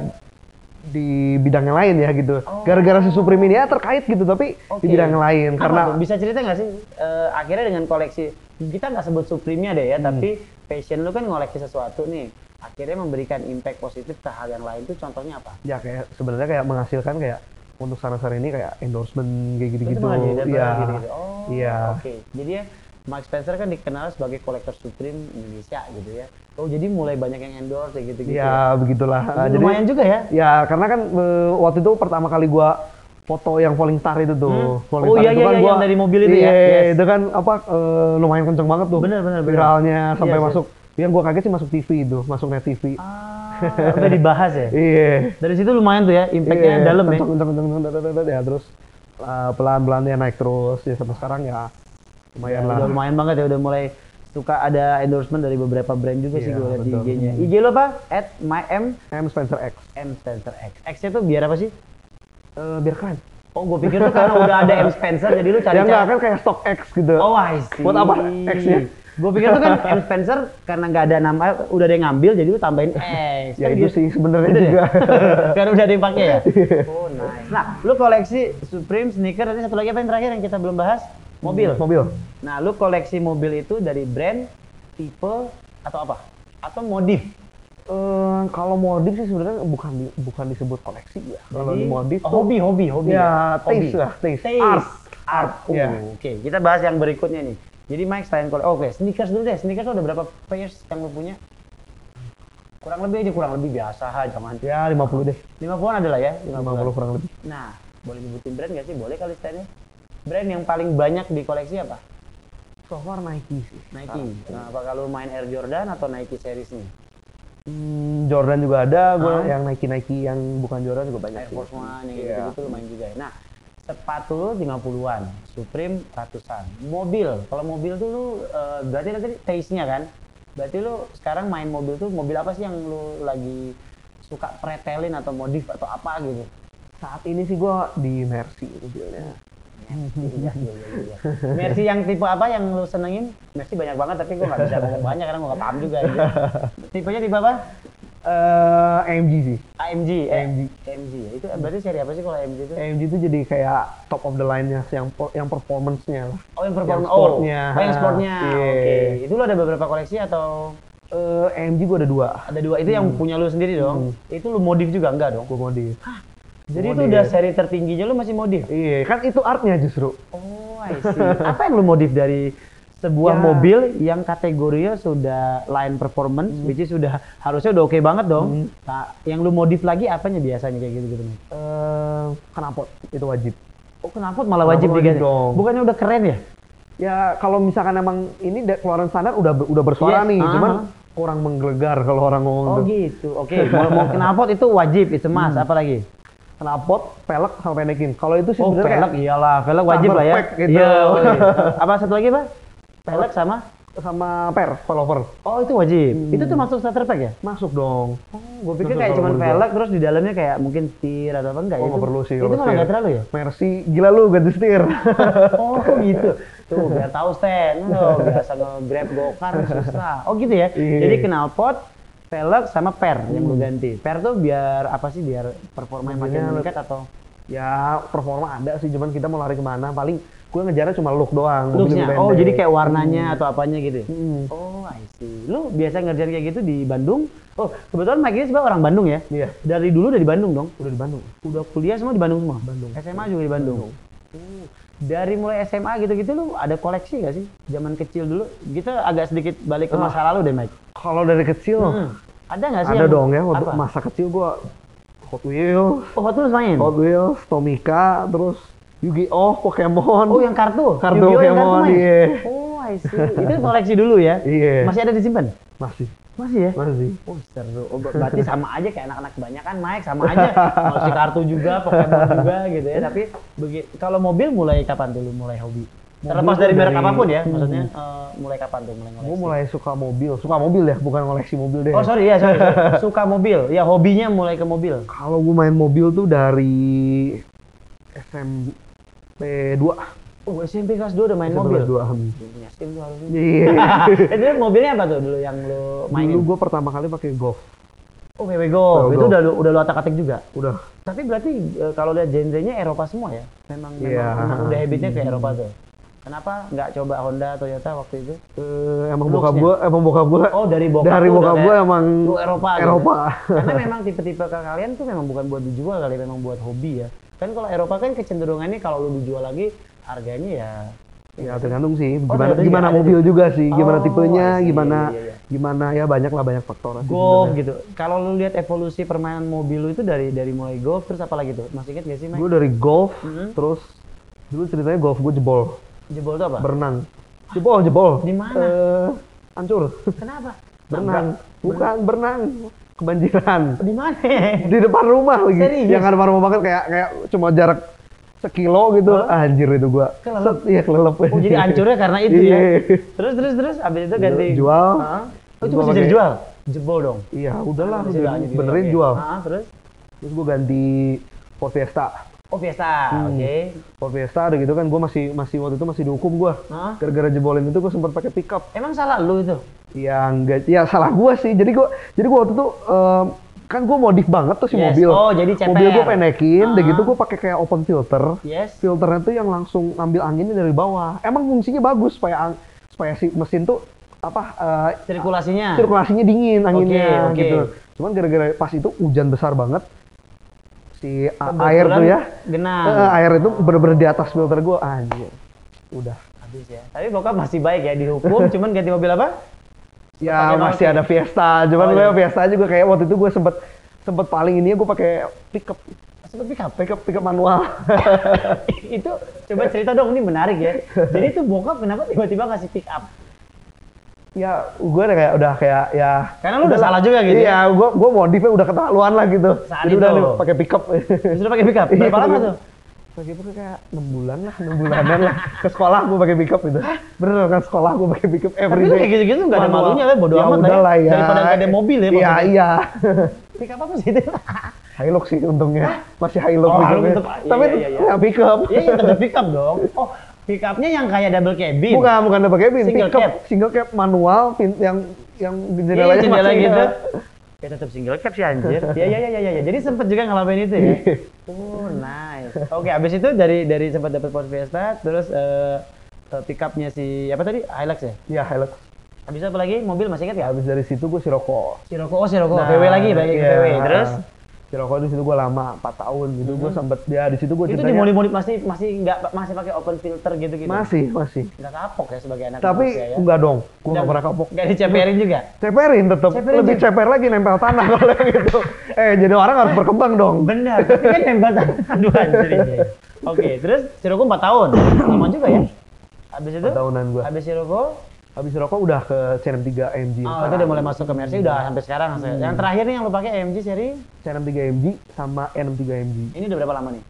[SPEAKER 2] di bidang yang lain ya gitu. Gara-gara si Supreme ini ya terkait gitu, tapi
[SPEAKER 1] Oke.
[SPEAKER 2] di bidang yang lain.
[SPEAKER 1] Apa
[SPEAKER 2] Karena
[SPEAKER 1] tuh? Bisa cerita nggak sih akhirnya dengan koleksi, kita nggak sebut Supreme-nya deh ya, tapi passion lu kan ngoleksi sesuatu nih, akhirnya memberikan impact positif ke hal yang lain tuh contohnya apa?
[SPEAKER 2] ya kayak sebenarnya kayak menghasilkan kayak untuk sana-sana ini kayak endorsement kayak gitu-gitu.
[SPEAKER 1] Itu malah jadi
[SPEAKER 2] Iya.
[SPEAKER 1] gitu-gitu. Oh,
[SPEAKER 2] Iya.
[SPEAKER 1] oke. Jadi ya Mark Spencer kan dikenal sebagai kolektor Supreme Indonesia gitu ya. Oh, jadi mulai banyak yang endorse kayak gitu-gitu.
[SPEAKER 2] Ya begitulah. Jadi
[SPEAKER 1] Lumayan juga ya.
[SPEAKER 2] ya karena kan waktu itu pertama kali gua foto yang Falling Star itu tuh. Falling
[SPEAKER 1] Oh,
[SPEAKER 2] Star
[SPEAKER 1] iya,
[SPEAKER 2] itu
[SPEAKER 1] iya,
[SPEAKER 2] kan
[SPEAKER 1] iya, yang dari mobil itu ya?
[SPEAKER 2] Iya,
[SPEAKER 1] Yes.
[SPEAKER 2] itu kan apa lumayan kenceng banget tuh.
[SPEAKER 1] Bener.
[SPEAKER 2] Viralnya sampai
[SPEAKER 1] Yes,
[SPEAKER 2] masuk. Yang gua kaget sih masuk TV itu, masuk net TV.
[SPEAKER 1] Udah dibahas ya.
[SPEAKER 2] Iya.
[SPEAKER 1] Dari situ lumayan tuh ya, impact-nya dalam ya.
[SPEAKER 2] Kenceng, ya terus pelan-pelan dia naik terus ya sampai sekarang ya lumayan lah.
[SPEAKER 1] Udah lumayan banget ya, udah mulai suka ada endorsement dari beberapa brand juga sih
[SPEAKER 2] Iya,
[SPEAKER 1] gue lihat di
[SPEAKER 2] betul.
[SPEAKER 1] IG-nya. IG lo apa? @mym
[SPEAKER 2] M Spencer X.
[SPEAKER 1] Spencer X. X-nya tuh biar apa sih?
[SPEAKER 2] Biar keren.
[SPEAKER 1] Oh, gue pikir tuh karena udah ada M Spencer jadi lu cari
[SPEAKER 2] Ya enggak kan kayak stok X gitu.
[SPEAKER 1] Oh, I see.
[SPEAKER 2] Buat apa X-nya?
[SPEAKER 1] Gue pikir tuh kan M Spencer karena nggak ada nama, udah ada yang ngambil jadi lu tambahin X.
[SPEAKER 2] Ya
[SPEAKER 1] Kan
[SPEAKER 2] itu
[SPEAKER 1] gitu.
[SPEAKER 2] sih sebenarnya
[SPEAKER 1] Udah deh.
[SPEAKER 2] juga.
[SPEAKER 1] Karena udah ada yang pakai ya. Oh, nice. Nah, lu koleksi Supreme, sneaker, nanti satu lagi apa yang terakhir yang kita belum bahas? Mobil.
[SPEAKER 2] Mobil.
[SPEAKER 1] Nah, lu koleksi mobil itu dari brand, tipe, atau apa? Atau modif?
[SPEAKER 2] Kalau modif sih sebenarnya bukan disebut koleksi ya. Kalau di modif tuh
[SPEAKER 1] hobi.
[SPEAKER 2] ya
[SPEAKER 1] Hobi.
[SPEAKER 2] taste lah, taste.
[SPEAKER 1] Art. Oh,
[SPEAKER 2] Ya.
[SPEAKER 1] Oke, kita bahas yang berikutnya nih. Jadi Mike selain oke, sneakers dulu deh. Sneakers tuh ada berapa pairs yang lu punya? Kurang lebih biasa ha, jangan.
[SPEAKER 2] Ya 50 deh.
[SPEAKER 1] 50-an ada lah ya,
[SPEAKER 2] 50 kurang lebih.
[SPEAKER 1] Nah, boleh nyebutin brand nggak sih? Boleh kali stylenya. Brand yang paling banyak di koleksi apa?
[SPEAKER 2] So far Nike sih.
[SPEAKER 1] Nike. Nah, apa kalau main Air Jordan atau Nike series nih?
[SPEAKER 2] Jordan juga ada, gue yang Nike yang bukan Jordan juga banyak
[SPEAKER 1] Air
[SPEAKER 2] sih.
[SPEAKER 1] Force One yang
[SPEAKER 2] Iya.
[SPEAKER 1] gitu-gitu lumayan juga ya. Nah, sepatu lu 50-an, Supreme ratusan. Mobil, kalau mobil tuh lu berarti tadi taste-nya kan? Berarti lu sekarang main mobil tuh mobil apa sih yang lu lagi suka pretelin atau modif atau apa gitu?
[SPEAKER 2] Saat ini sih gue di Mercy mobilnya.
[SPEAKER 1] Iya. Mercy yang tipe apa yang lu senengin? Mercy banyak banget tapi gua nggak bisa ngomong banyak karena gua nggak paham juga. Gitu. Tipenya tipe apa?
[SPEAKER 2] AMG sih.
[SPEAKER 1] AMG.
[SPEAKER 2] AMG.
[SPEAKER 1] AMG. Itu berarti seri apa sih kalau AMG itu?
[SPEAKER 2] AMG itu jadi kayak top of the line-nya yang performance-nya lah.
[SPEAKER 1] Oh, yang performance.
[SPEAKER 2] Yang sportnya.
[SPEAKER 1] Oh, yang sportnya.
[SPEAKER 2] Iya.
[SPEAKER 1] Oke. Itu lu ada beberapa koleksi atau
[SPEAKER 2] AMG gue ada 2.
[SPEAKER 1] ada 2? Itu yang punya lu sendiri dong? Itu lu modif juga enggak dong?
[SPEAKER 2] Gue modif.
[SPEAKER 1] Jadi itu udah seri tertingginya lu masih modif?
[SPEAKER 2] Iya, kan itu artnya justru.
[SPEAKER 1] Oh, I see. Apa yang lu modif dari sebuah
[SPEAKER 2] Ya.
[SPEAKER 1] mobil yang kategorinya sudah line performance, which is sudah harusnya udah oke banget dong. Nah, yang lu modif lagi apanya biasanya kayak gitu-gitu nih?
[SPEAKER 2] Knalpot itu wajib.
[SPEAKER 1] Oh, knalpot malah wajib
[SPEAKER 2] Knalpot wajib
[SPEAKER 1] diganti.
[SPEAKER 2] dong.
[SPEAKER 1] Bukannya udah keren ya?
[SPEAKER 2] Ya kalau misalkan emang ini keluaran standar udah bersuara
[SPEAKER 1] Yes,
[SPEAKER 2] nih,
[SPEAKER 1] aha.
[SPEAKER 2] cuman kurang menggelegar kalau orang ngomong
[SPEAKER 1] Oh
[SPEAKER 2] tuh.
[SPEAKER 1] gitu. Oke, mau knalpot itu wajib, itu mas. Apa lagi?
[SPEAKER 2] Knalpot, velg sama pendekin. Kalau itu sih
[SPEAKER 1] Oh,
[SPEAKER 2] sebenarnya
[SPEAKER 1] velg iyalah, velg wajib
[SPEAKER 2] Rubber
[SPEAKER 1] lah ya.
[SPEAKER 2] pack gitu.
[SPEAKER 1] Iya. Oh, iya. Apa satu lagi, Pak? Velg sama
[SPEAKER 2] sama per, coilover.
[SPEAKER 1] Oh itu wajib. Itu tuh masuk starter pack ya?
[SPEAKER 2] Masuk dong.
[SPEAKER 1] Oh, gue pikir
[SPEAKER 2] Masuk
[SPEAKER 1] kayak
[SPEAKER 2] kalau
[SPEAKER 1] cuman
[SPEAKER 2] menurut
[SPEAKER 1] velg terus di dalamnya kayak mungkin setir atau apa enggak
[SPEAKER 2] Oh,
[SPEAKER 1] ya?
[SPEAKER 2] nggak perlu sih.
[SPEAKER 1] Itu
[SPEAKER 2] kalau
[SPEAKER 1] malah
[SPEAKER 2] setir.
[SPEAKER 1] nggak terlalu ya?
[SPEAKER 2] Mercy, gila lu ganti setir.
[SPEAKER 1] Oh gitu. Tuh biar tahu stand loh, biasa nge-grab gokar susah. Oh gitu ya.
[SPEAKER 2] Iya.
[SPEAKER 1] Jadi knalpot, velg sama per yang lu ganti. Per tuh biar apa sih? Biar performa yang makin
[SPEAKER 2] Intinya
[SPEAKER 1] meningkat atau
[SPEAKER 2] Ya performa ada sih, cuman kita mau lari kemana paling gue ngejarnya cuma look doang. mobil
[SPEAKER 1] looks-nya?
[SPEAKER 2] lebih
[SPEAKER 1] Oh
[SPEAKER 2] pendek.
[SPEAKER 1] jadi kayak warnanya atau apanya gitu ya?
[SPEAKER 2] Hmm.
[SPEAKER 1] Oh I see. Lu biasa ngerjain kayak gitu di Bandung? Oh kebetulan Mike ini sebenarnya orang Bandung ya?
[SPEAKER 2] Iya,
[SPEAKER 1] Dari dulu udah di Bandung dong?
[SPEAKER 2] udah di Bandung.
[SPEAKER 1] Udah kuliah semua di Bandung semua?
[SPEAKER 2] Bandung.
[SPEAKER 1] SMA juga di Bandung? Dari mulai SMA gitu-gitu lu ada koleksi gak sih? Zaman kecil dulu? Kita agak sedikit balik ke masa lalu deh Mike.
[SPEAKER 2] Kalau dari kecil
[SPEAKER 1] Ada nggak sih
[SPEAKER 2] ada
[SPEAKER 1] yang...
[SPEAKER 2] dong ya. Waktu
[SPEAKER 1] Apa?
[SPEAKER 2] masa kecil gue Hot Wheels,
[SPEAKER 1] Oh Hot Wheels main?
[SPEAKER 2] Tomica, terus Yu-Gi-Oh, Pokemon.
[SPEAKER 1] Oh yang kartu?
[SPEAKER 2] Kartu
[SPEAKER 1] Yu-Gi-Oh yang
[SPEAKER 2] Pokemon,
[SPEAKER 1] main?
[SPEAKER 2] iya.
[SPEAKER 1] Oh I see. Itu koleksi dulu ya?
[SPEAKER 2] Iya.
[SPEAKER 1] Masih ada disimpan?
[SPEAKER 2] Masih,
[SPEAKER 1] Masih ya?
[SPEAKER 2] masih.
[SPEAKER 1] Oh seru. Oh, berarti sama aja kayak anak-anak banyak kan Mike, sama aja. Koleksi kartu juga, Pokemon juga gitu ya. Tapi kalau mobil mulai kapan dulu mulai hobi? Terlepas
[SPEAKER 2] Mobil
[SPEAKER 1] dari merek
[SPEAKER 2] dari-
[SPEAKER 1] apapun ya, maksudnya mulai kapan tuh mulai ngoleksi?
[SPEAKER 2] Gue mulai suka mobil ya, bukan koleksi mobil deh.
[SPEAKER 1] Oh sorry ya, sorry. Suka mobil, ya hobinya mulai ke mobil.
[SPEAKER 2] Kalau gue main mobil tuh dari SMP 2.
[SPEAKER 1] Oh SMP kelas 2 udah main
[SPEAKER 2] SMP
[SPEAKER 1] mobil?
[SPEAKER 2] kelas 2.
[SPEAKER 1] Punya SIM tuh harusnya.
[SPEAKER 2] Iya.
[SPEAKER 1] Itu mobilnya apa tuh dulu yang lo mainin?
[SPEAKER 2] Dulu gue pertama kali pakai Golf.
[SPEAKER 1] Oh VW Golf,
[SPEAKER 2] VW
[SPEAKER 1] itu
[SPEAKER 2] Golf.
[SPEAKER 1] udah lo atak-atik juga?
[SPEAKER 2] Udah.
[SPEAKER 1] Tapi berarti kalau lihat genrenya Eropa semua ya? Memang
[SPEAKER 2] Iya.
[SPEAKER 1] udah habitnya ke Eropa tuh. Kenapa nggak coba Honda, Toyota waktu itu?
[SPEAKER 2] Emang
[SPEAKER 1] Looks-nya?
[SPEAKER 2] bokap gue
[SPEAKER 1] Oh dari bokap
[SPEAKER 2] dari
[SPEAKER 1] tuh udah
[SPEAKER 2] bokap gue
[SPEAKER 1] kayak,
[SPEAKER 2] emang
[SPEAKER 1] "Lu Eropa, gitu."
[SPEAKER 2] Eropa.
[SPEAKER 1] Karena memang tipe-tipe ke kalian tuh memang bukan buat dijual kali, memang buat hobi ya. Kan kalau Eropa kan kecenderungannya kalau lu dijual lagi harganya ya.
[SPEAKER 2] Ya tergantung sih,
[SPEAKER 1] Oh,
[SPEAKER 2] gimana
[SPEAKER 1] ternyata
[SPEAKER 2] gimana
[SPEAKER 1] ada
[SPEAKER 2] mobil juga sih, gimana
[SPEAKER 1] Oh,
[SPEAKER 2] tipenya,
[SPEAKER 1] I see.
[SPEAKER 2] gimana
[SPEAKER 1] Iya.
[SPEAKER 2] gimana ya banyak faktor sih
[SPEAKER 1] Golf
[SPEAKER 2] sebenarnya.
[SPEAKER 1] gitu. Kalau lu lihat evolusi permainan mobil lu itu dari mulai golf terus apa lagi tuh? Masih inget gak sih, Mike?
[SPEAKER 2] Gue dari Golf,
[SPEAKER 1] Mhm.
[SPEAKER 2] terus dulu ceritanya Golf gue jebol,
[SPEAKER 1] Jebol tuh apa?
[SPEAKER 2] berenang. Jebol.
[SPEAKER 1] Di mana?
[SPEAKER 2] Hancur.
[SPEAKER 1] Kenapa?
[SPEAKER 2] Berenang. Bukan berenang. Kebanjiran.
[SPEAKER 1] Di mana?
[SPEAKER 2] Di depan rumah lagi.
[SPEAKER 1] Serius?
[SPEAKER 2] Yang depan rumah banget kayak cuma jarak sekilo gitu. Anjir itu gua.
[SPEAKER 1] Kelelep?
[SPEAKER 2] Iya kelelep.
[SPEAKER 1] Oh jadi hancurnya karena itu ya?
[SPEAKER 2] Iya.
[SPEAKER 1] Terus abis itu ganti
[SPEAKER 2] Jual.
[SPEAKER 1] Hah? Oh itu
[SPEAKER 2] Gua
[SPEAKER 1] masih
[SPEAKER 2] pakai-
[SPEAKER 1] dijual? Jebol dong?
[SPEAKER 2] Iya, udahlah,
[SPEAKER 1] Habis itu
[SPEAKER 2] udah
[SPEAKER 1] lanjut,
[SPEAKER 2] benerin
[SPEAKER 1] oke.
[SPEAKER 2] jual.
[SPEAKER 1] Terus?
[SPEAKER 2] Terus gua ganti Ford Fiesta.
[SPEAKER 1] Oh Fiesta, oke.
[SPEAKER 2] Ford Fiesta udah gitu kan gua masih waktu itu masih dihukum gua.
[SPEAKER 1] Hah?
[SPEAKER 2] Gara-gara jebolin itu gua sempat pakai pickup.
[SPEAKER 1] Emang salah lu itu?
[SPEAKER 2] Ya enggak, ya salah gua sih. Jadi gua waktu itu kan gua modif banget tuh si
[SPEAKER 1] Yes.
[SPEAKER 2] mobil.
[SPEAKER 1] Oh, jadi ceper.
[SPEAKER 2] Mobil gua pendekin, udah
[SPEAKER 1] Ah.
[SPEAKER 2] gitu gua pakai kayak open filter.
[SPEAKER 1] Yes.
[SPEAKER 2] Filternya tuh yang langsung ngambil anginnya dari bawah. Emang fungsinya bagus supaya si mesin tuh
[SPEAKER 1] Sirkulasinya?
[SPEAKER 2] sirkulasinya dingin anginnya
[SPEAKER 1] Oke.
[SPEAKER 2] gitu. Cuman gara-gara pas itu hujan besar banget si
[SPEAKER 1] Kebetulan
[SPEAKER 2] air tuh ya.
[SPEAKER 1] genang.
[SPEAKER 2] Air itu bener-bener di atas filter gua anjir. Udah.
[SPEAKER 1] Habis ya. Tapi bokap masih baik ya dihukum, cuman ganti mobil apa?
[SPEAKER 2] Ya
[SPEAKER 1] Pakai
[SPEAKER 2] masih
[SPEAKER 1] Maruti.
[SPEAKER 2] ada Fiesta, cuman
[SPEAKER 1] Oh,
[SPEAKER 2] gue
[SPEAKER 1] iya.
[SPEAKER 2] Fiesta juga kayak waktu itu gue sempet paling ini gue pakai pickup
[SPEAKER 1] Sempet pick up.
[SPEAKER 2] pickup manual.
[SPEAKER 1] Itu coba cerita dong, ini menarik ya. Jadi itu bokap kenapa tiba-tiba ngasih pick up?
[SPEAKER 2] Ya gue udah kayak ya.
[SPEAKER 1] Karena lu udah salah juga gitu
[SPEAKER 2] Iya, gue modifnya udah keterlaluan lah gitu.
[SPEAKER 1] Saat
[SPEAKER 2] Jadi udah
[SPEAKER 1] itu.
[SPEAKER 2] nih, pakai pickup.
[SPEAKER 1] Disuruh pakai pick up. Berapa
[SPEAKER 2] Iya,
[SPEAKER 1] lama
[SPEAKER 2] pakai-
[SPEAKER 1] tuh?
[SPEAKER 2] Pakai pickup kayak 6 bulan lah, 6 bulanan lah. Ke sekolah gue pakai pickup itu. Bener kan sekolah gue pakai pickup
[SPEAKER 1] Tapi
[SPEAKER 2] every
[SPEAKER 1] lu
[SPEAKER 2] day.
[SPEAKER 1] kayak gitu-gitu nggak ada
[SPEAKER 2] Manual.
[SPEAKER 1] malunya lah, bodo amat
[SPEAKER 2] udah lah ya.
[SPEAKER 1] Daripada nggak ada mobil ya.
[SPEAKER 2] Iya,
[SPEAKER 1] maksudnya.
[SPEAKER 2] iya.
[SPEAKER 1] Pick up apa sih itu?
[SPEAKER 2] Hilux sih untungnya. Masih Hilux
[SPEAKER 1] Oh,
[SPEAKER 2] pickupnya.
[SPEAKER 1] Hilux tetep-
[SPEAKER 2] Tapi
[SPEAKER 1] iya, iya.
[SPEAKER 2] ya pickup.
[SPEAKER 1] Iya, iya tetap pick up dong. Oh, pick upnya yang kayak double cabin.
[SPEAKER 2] Bukan double cabin,
[SPEAKER 1] Single
[SPEAKER 2] pickup,
[SPEAKER 1] cab.
[SPEAKER 2] single cab manual yang
[SPEAKER 1] Iya,
[SPEAKER 2] jendelanya
[SPEAKER 1] jendela
[SPEAKER 2] masih-
[SPEAKER 1] gitu. Ya tetap single cab sih anjir. Iya. Jadi sempet juga ngalamin itu ya. Oh, nice. Oke, abis itu dari sempat dapat Ford Fiesta, terus pick upnya si apa tadi? Hilux ya?
[SPEAKER 2] Iya, Hilux.
[SPEAKER 1] Habis itu apa lagi? Mobil masih ingat ya?
[SPEAKER 2] Habis dari situ gue Sirocco.
[SPEAKER 1] Sirocco, VW lagi, balik ke
[SPEAKER 2] iya.
[SPEAKER 1] VW. Terus
[SPEAKER 2] Sirocco di situ gue lama 4 tahun gitu. Gue sempet ya di situ gue
[SPEAKER 1] itu
[SPEAKER 2] ceritanya
[SPEAKER 1] dimodif masih pakai open filter gitu-gitu.
[SPEAKER 2] masih.
[SPEAKER 1] Nggak kapok ya sebagai anak
[SPEAKER 2] Tapi
[SPEAKER 1] manusia ya.
[SPEAKER 2] enggak dong, gue enggak pernah kapok.
[SPEAKER 1] Nggak diceperin juga.
[SPEAKER 2] Ceperin tetep,
[SPEAKER 1] Ceperin
[SPEAKER 2] lebih
[SPEAKER 1] juga.
[SPEAKER 2] ceper lagi nempel tanah kalau yang gitu. Jadi orang harus berkembang dong.
[SPEAKER 1] Benar, tapi kan nempel tangan. Aduh anjir ini. Oke, terus Sirocco 4 tahun. Lama juga ya. Habis itu?
[SPEAKER 2] 4 tahunan gue.
[SPEAKER 1] Habis Sirocco,
[SPEAKER 2] Habis Sirocco udah ke CRM3 AMG.
[SPEAKER 1] oh itu udah mulai masuk ke Mercy udah sampai sekarang. Yang terakhir nih yang lo pakai AMG seri,
[SPEAKER 2] CRM3 AMG sama N63 AMG.
[SPEAKER 1] ini udah berapa lama nih?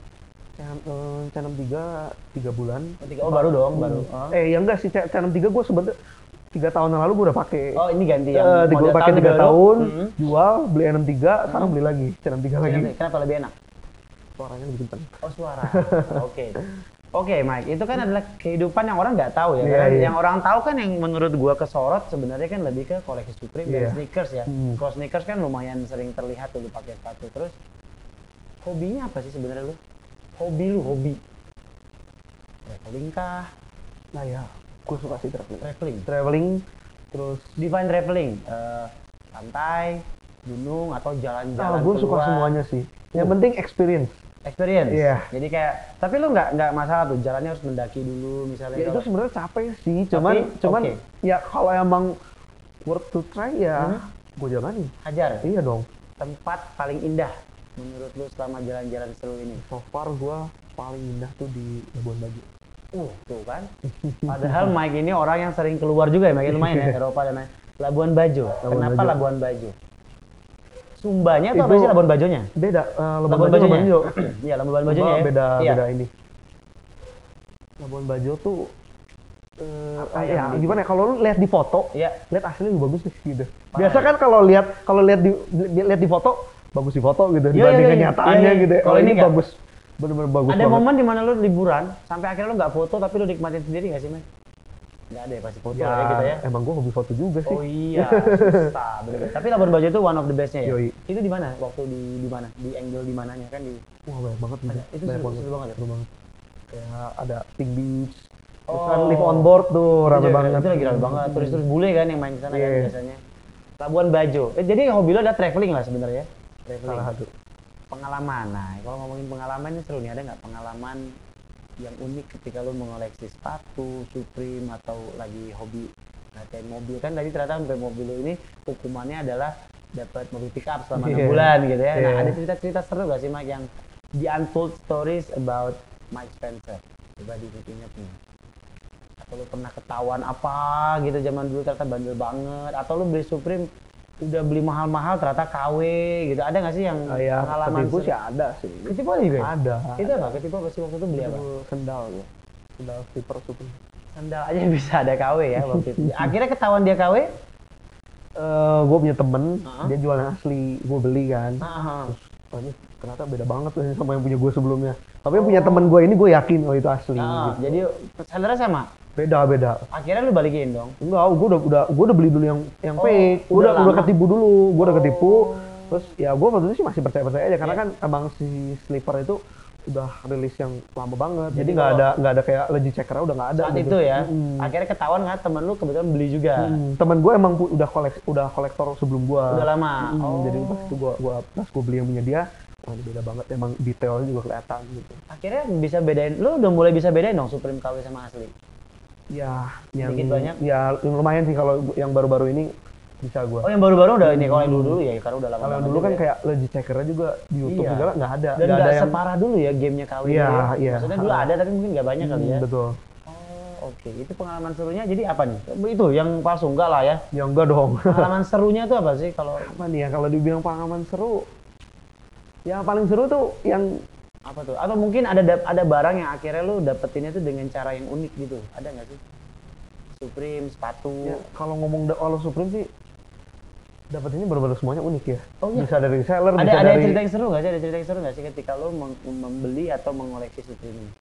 [SPEAKER 2] CRM3 3 bulan.
[SPEAKER 1] Oh, baru dong, baru. Oh.
[SPEAKER 2] Ya enggak sih, CRM3 gue sebenarnya 3 tahun yang lalu gue udah pakai.
[SPEAKER 1] Oh, ini ganti yang
[SPEAKER 2] Gue
[SPEAKER 1] model
[SPEAKER 2] pakai
[SPEAKER 1] tahun
[SPEAKER 2] 3
[SPEAKER 1] baru.
[SPEAKER 2] tahun,
[SPEAKER 1] Mm-hmm.
[SPEAKER 2] jual, beli N63, sekarang beli lagi, C63 lagi.
[SPEAKER 1] Kenapa lebih enak?
[SPEAKER 2] Suaranya lebih kenceng.
[SPEAKER 1] Oh, suara. Oke. Oke, Mike, itu kan adalah kehidupan yang orang nggak tahu ya.
[SPEAKER 2] Iya,
[SPEAKER 1] Karena
[SPEAKER 2] iya.
[SPEAKER 1] yang orang tahu kan yang menurut gua kesorot sebenarnya kan lebih ke koleksi Supreme dan
[SPEAKER 2] Iya.
[SPEAKER 1] sneakers ya.
[SPEAKER 2] Hmm.
[SPEAKER 1] Kalau sneakers kan lumayan sering terlihat tuh lu pakai sepatu. Terus hobinya apa sih sebenarnya lu? Hobi. Traveling kah?
[SPEAKER 2] Nah ya, gue suka sih traveling.
[SPEAKER 1] Traveling.
[SPEAKER 2] Terus
[SPEAKER 1] Define traveling. Pantai, gunung atau jalan-jalan
[SPEAKER 2] gue suka
[SPEAKER 1] keluar.
[SPEAKER 2] semuanya sih. Yang penting experience.
[SPEAKER 1] Experience.
[SPEAKER 2] Iya.
[SPEAKER 1] Jadi kayak, tapi lu nggak masalah tuh jalannya harus mendaki dulu misalnya.
[SPEAKER 2] Ya itu
[SPEAKER 1] kalau-
[SPEAKER 2] sebenarnya capek sih, cuman
[SPEAKER 1] oke.
[SPEAKER 2] ya kalau emang worth to try ya gue jalanin.
[SPEAKER 1] hajar.
[SPEAKER 2] Iya dong.
[SPEAKER 1] Tempat paling indah menurut lu selama jalan-jalan seru ini?
[SPEAKER 2] So far gue paling indah tuh di Labuan Bajo.
[SPEAKER 1] Tuh kan. Padahal Mike ini orang yang sering keluar juga ya, Mike lumayan ya, Eropa dan lain. Labuan Bajo. Kenapa
[SPEAKER 2] Bajo.
[SPEAKER 1] Labuan Bajo? Sumbanya atau apa
[SPEAKER 2] Itu-
[SPEAKER 1] sih Labuan Bajonya?
[SPEAKER 2] Beda, Labuan
[SPEAKER 1] Labuan
[SPEAKER 2] Bajo,
[SPEAKER 1] Bajonya?
[SPEAKER 2] Labuan Bajo.
[SPEAKER 1] Iya, Labuan Bajonya ya.
[SPEAKER 2] Beda,
[SPEAKER 1] Iya.
[SPEAKER 2] beda ini. Labuan Bajo tuh,
[SPEAKER 1] yang
[SPEAKER 2] gimana ya? Kalau lu lihat di foto,
[SPEAKER 1] Iya.
[SPEAKER 2] lihat aslinya lebih bagus nih gitu. Biasa kan kalau lihat di foto bagus di foto gitu,
[SPEAKER 1] Iya,
[SPEAKER 2] dibanding
[SPEAKER 1] iya, iya.
[SPEAKER 2] kenyataannya
[SPEAKER 1] Iya, iya.
[SPEAKER 2] gitu.
[SPEAKER 1] Kalau
[SPEAKER 2] Kalau
[SPEAKER 1] ini
[SPEAKER 2] ini
[SPEAKER 1] nggak.
[SPEAKER 2] bagus, bener-bener bagus
[SPEAKER 1] Ada
[SPEAKER 2] banget.
[SPEAKER 1] momen di mana lu liburan sampai akhirnya lu nggak foto tapi lu nikmatin sendiri nggak sih, Mike? Nggak ada ya, pasti foto ya gitu ya.
[SPEAKER 2] Emang gue hobi foto juga sih.
[SPEAKER 1] Oh iya, susah bener-bener. Tapi Labuan Bajo itu one of the bestnya ya.
[SPEAKER 2] Yoi.
[SPEAKER 1] Itu di mana? Waktu di mana? Di angle di mananya kan di
[SPEAKER 2] Wah banyak banget nih.
[SPEAKER 1] itu
[SPEAKER 2] Banyak
[SPEAKER 1] seru banget ya?
[SPEAKER 2] Seru banget. Kayak ada Pink Beach, terus
[SPEAKER 1] Oh.
[SPEAKER 2] kan live on board tuh rame
[SPEAKER 1] Itu
[SPEAKER 2] banget.
[SPEAKER 1] Itu lagi rame banget. Turis-turis bule kan yang main ke sana kan
[SPEAKER 2] Iya.
[SPEAKER 1] biasanya. Labuan Bajo. Jadi hobi lo ada traveling lah sebenarnya. Traveling.
[SPEAKER 2] Salah satu.
[SPEAKER 1] Pengalaman. Nah, kalau ngomongin pengalaman ini seru nih. Ada nggak pengalaman yang unik ketika lo mengoleksi sepatu Supreme atau lagi hobi ngatain mobil? Kan tadi ternyata sampai mobil lo ini hukumannya adalah dapat mobil pick up selama 6
[SPEAKER 2] Iya.
[SPEAKER 1] bulan gitu ya. Nah,
[SPEAKER 2] Iya.
[SPEAKER 1] ada cerita-cerita seru gak sih Mike yang the untold stories about Mike Spencer? Coba diinget nih. Atau lu pernah ketahuan apa gitu zaman dulu ternyata bandel banget, atau lu beli Supreme udah beli mahal-mahal ternyata KW gitu, ada nggak sih yang pengalaman
[SPEAKER 2] ketipu
[SPEAKER 1] seru?
[SPEAKER 2] sih ada sih.
[SPEAKER 1] Ketipu ada juga ya?
[SPEAKER 2] Ada.
[SPEAKER 1] Itu apa? Ketipu apa sih waktu itu beli apa?
[SPEAKER 2] Itu sendal ya. Sendal slipper Supreme.
[SPEAKER 1] Sandal aja bisa ada KW ya waktu itu. Akhirnya ketahuan dia KW?
[SPEAKER 2] Gue punya temen,
[SPEAKER 1] Uh-huh.
[SPEAKER 2] dia jual yang asli, gue beli kan.
[SPEAKER 1] Nah,
[SPEAKER 2] Terus, ini ternyata beda banget tuh sama yang punya gue sebelumnya. Tapi yang punya temen gue ini gue yakin oh itu asli. Gitu.
[SPEAKER 1] jadi sandalnya sama.
[SPEAKER 2] Beda.
[SPEAKER 1] Akhirnya lu balikin dong.
[SPEAKER 2] Enggak, gue udah beli dulu yang fake. Gue
[SPEAKER 1] udah
[SPEAKER 2] udah
[SPEAKER 1] lama.
[SPEAKER 2] ketipu dulu, gue udah ketipu. Terus ya gue waktu itu sih masih percaya aja karena kan emang si slipper itu udah rilis yang lama banget. Jadi nggak ada kayak legit checker udah nggak ada.
[SPEAKER 1] Saat
[SPEAKER 2] gitu.
[SPEAKER 1] itu ya. Akhirnya ketahuan nggak temen lu kebetulan beli juga.
[SPEAKER 2] Temen gue emang udah kolektor sebelum gue.
[SPEAKER 1] Udah lama.
[SPEAKER 2] Jadi pas itu gue beli yang punya dia, wah ini beda banget. Emang detailnya juga kelihatan gitu.
[SPEAKER 1] Akhirnya bisa bedain, lu udah mulai bisa bedain dong Supreme KW sama asli.
[SPEAKER 2] Ya, yang
[SPEAKER 1] Sedikit banyak?
[SPEAKER 2] Ya lumayan sih kalau yang baru-baru ini bisa gue.
[SPEAKER 1] Oh yang baru-baru udah ini, kalau yang dulu ya karena udah lama
[SPEAKER 2] Kalau yang
[SPEAKER 1] banget
[SPEAKER 2] dulu kan
[SPEAKER 1] juga ya.
[SPEAKER 2] kayak legit checkernya juga di YouTube
[SPEAKER 1] Iya.
[SPEAKER 2] juga nggak ada.
[SPEAKER 1] Dan
[SPEAKER 2] Nggak
[SPEAKER 1] nggak
[SPEAKER 2] ada yang
[SPEAKER 1] separah dulu ya gamenya KW
[SPEAKER 2] Iya,
[SPEAKER 1] dulu ya.
[SPEAKER 2] iya.
[SPEAKER 1] Maksudnya dulu ada tapi mungkin nggak banyak kali ya.
[SPEAKER 2] Betul.
[SPEAKER 1] Oh oke, itu pengalaman serunya jadi apa nih? Itu yang palsu enggak lah ya.
[SPEAKER 2] Ya enggak dong.
[SPEAKER 1] Pengalaman serunya tuh apa sih kalau
[SPEAKER 2] Apa nih ya kalau dibilang pengalaman seru? Yang paling seru tuh yang
[SPEAKER 1] apa tuh? Atau mungkin ada barang yang akhirnya lu dapetinnya tuh dengan cara yang unik gitu. Ada nggak sih? Supreme, sepatu.
[SPEAKER 2] ya, kalau ngomong kalau Supreme sih dapetinnya bener-bener semuanya unik ya.
[SPEAKER 1] Oh, iya.
[SPEAKER 2] Bisa dari reseller,
[SPEAKER 1] Ada
[SPEAKER 2] bisa
[SPEAKER 1] ada
[SPEAKER 2] dari
[SPEAKER 1] cerita yang seru nggak sih? Ada cerita yang seru nggak sih ketika lu membeli atau mengoleksi Supreme ini?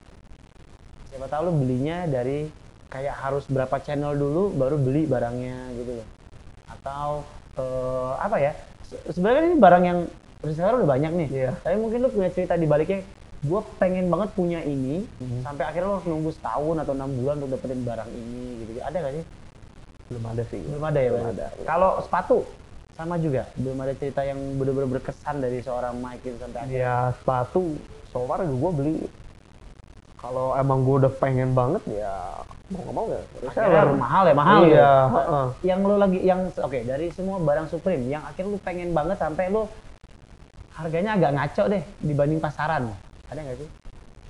[SPEAKER 1] Siapa tahu lu belinya dari kayak harus berapa channel dulu baru beli barangnya gitu loh. Atau apa ya? Sebenarnya kan ini barang yang reseller udah banyak nih.
[SPEAKER 2] Iya.
[SPEAKER 1] Tapi mungkin lu punya cerita di baliknya. Gue pengen banget punya ini sampai akhirnya lu harus nunggu setahun atau 6 bulan untuk dapetin barang ini gitu. Ada nggak sih?
[SPEAKER 2] belum ada sih.
[SPEAKER 1] Belum ada ya,
[SPEAKER 2] Belum
[SPEAKER 1] Bang?
[SPEAKER 2] ada.
[SPEAKER 1] Kalau sepatu sama juga, belum ada cerita yang benar-benar berkesan dari seorang Mike gitu sampai akhirnya.
[SPEAKER 2] Ya sepatu so far gue beli kalau emang gue udah pengen banget ya mau nggak mau ya
[SPEAKER 1] Akhirnya mahal ya, mahal
[SPEAKER 2] Iya,
[SPEAKER 1] ya.
[SPEAKER 2] heeh.
[SPEAKER 1] Yang lu lagi oke, dari semua barang Supreme yang akhirnya lu pengen banget sampai lu harganya agak ngaco deh dibanding pasaran. Ada nggak sih?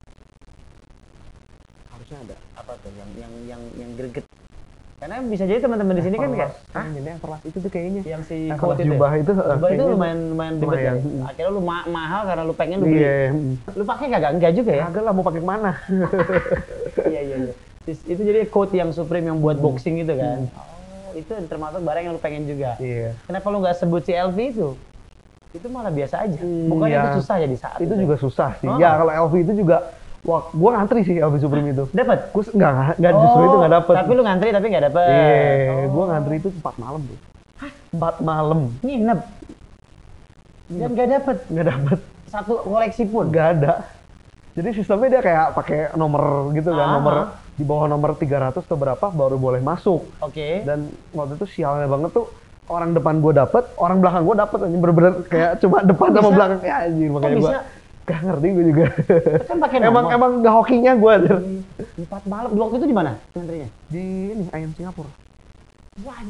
[SPEAKER 2] harusnya ada.
[SPEAKER 1] Apa tuh yang greget? Karena bisa jadi teman-teman di sini kan kayak
[SPEAKER 2] ini Everlast itu tuh kayaknya
[SPEAKER 1] yang si
[SPEAKER 2] Everlast
[SPEAKER 1] quote itu.
[SPEAKER 2] jubah itu
[SPEAKER 1] Jubah itu
[SPEAKER 2] kayaknya
[SPEAKER 1] lumayan ribet ya.
[SPEAKER 2] lumayan.
[SPEAKER 1] Akhirnya lu mahal karena lu pengen lu beli.
[SPEAKER 2] Iya.
[SPEAKER 1] Lu pakai kagak? Enggak juga ya?
[SPEAKER 2] Agak lah mau pakai kemana?
[SPEAKER 1] Iya. Itu jadi coat yang Supreme yang buat boxing gitu kan. Oh, itu termasuk barang yang lu pengen juga.
[SPEAKER 2] Iya.
[SPEAKER 1] Kenapa lu nggak sebut CLV itu? Itu malah biasa aja. Bukannya
[SPEAKER 2] Iya.
[SPEAKER 1] itu susah ya di saat
[SPEAKER 2] Itu juga susah sih.
[SPEAKER 1] Oh.
[SPEAKER 2] Ya kalau LV itu juga, wah, gua ngantri sih LV Supreme itu.
[SPEAKER 1] Dapat?
[SPEAKER 2] Gue nggak justru itu nggak dapet.
[SPEAKER 1] Tapi lu ngantri tapi nggak dapet.
[SPEAKER 2] Iya, gua ngantri itu 4 malam tuh. 4 malam.
[SPEAKER 1] Nginep. Dan nggak dapet.
[SPEAKER 2] Nggak dapet.
[SPEAKER 1] Satu koleksi pun.
[SPEAKER 2] Nggak ada. Jadi sistemnya dia kayak pakai nomor gitu kan, nomor di bawah nomor 300 atau berapa baru boleh masuk.
[SPEAKER 1] Oke.
[SPEAKER 2] Dan waktu itu sialnya banget tuh, orang depan gue dapet, orang belakang gue dapet, anjing bener-bener kayak cuma depan sama
[SPEAKER 1] bisa?
[SPEAKER 2] belakang ya anjing, makanya gue
[SPEAKER 1] bisa?
[SPEAKER 2] gak ngerti gue juga.
[SPEAKER 1] Kan pakai
[SPEAKER 2] emang
[SPEAKER 1] nomor.
[SPEAKER 2] emang gak hokinya gue aja.
[SPEAKER 1] 4 malam. Waktu itu di mana ngantrinya?
[SPEAKER 2] Di ini ayam Singapura.
[SPEAKER 1] Wah,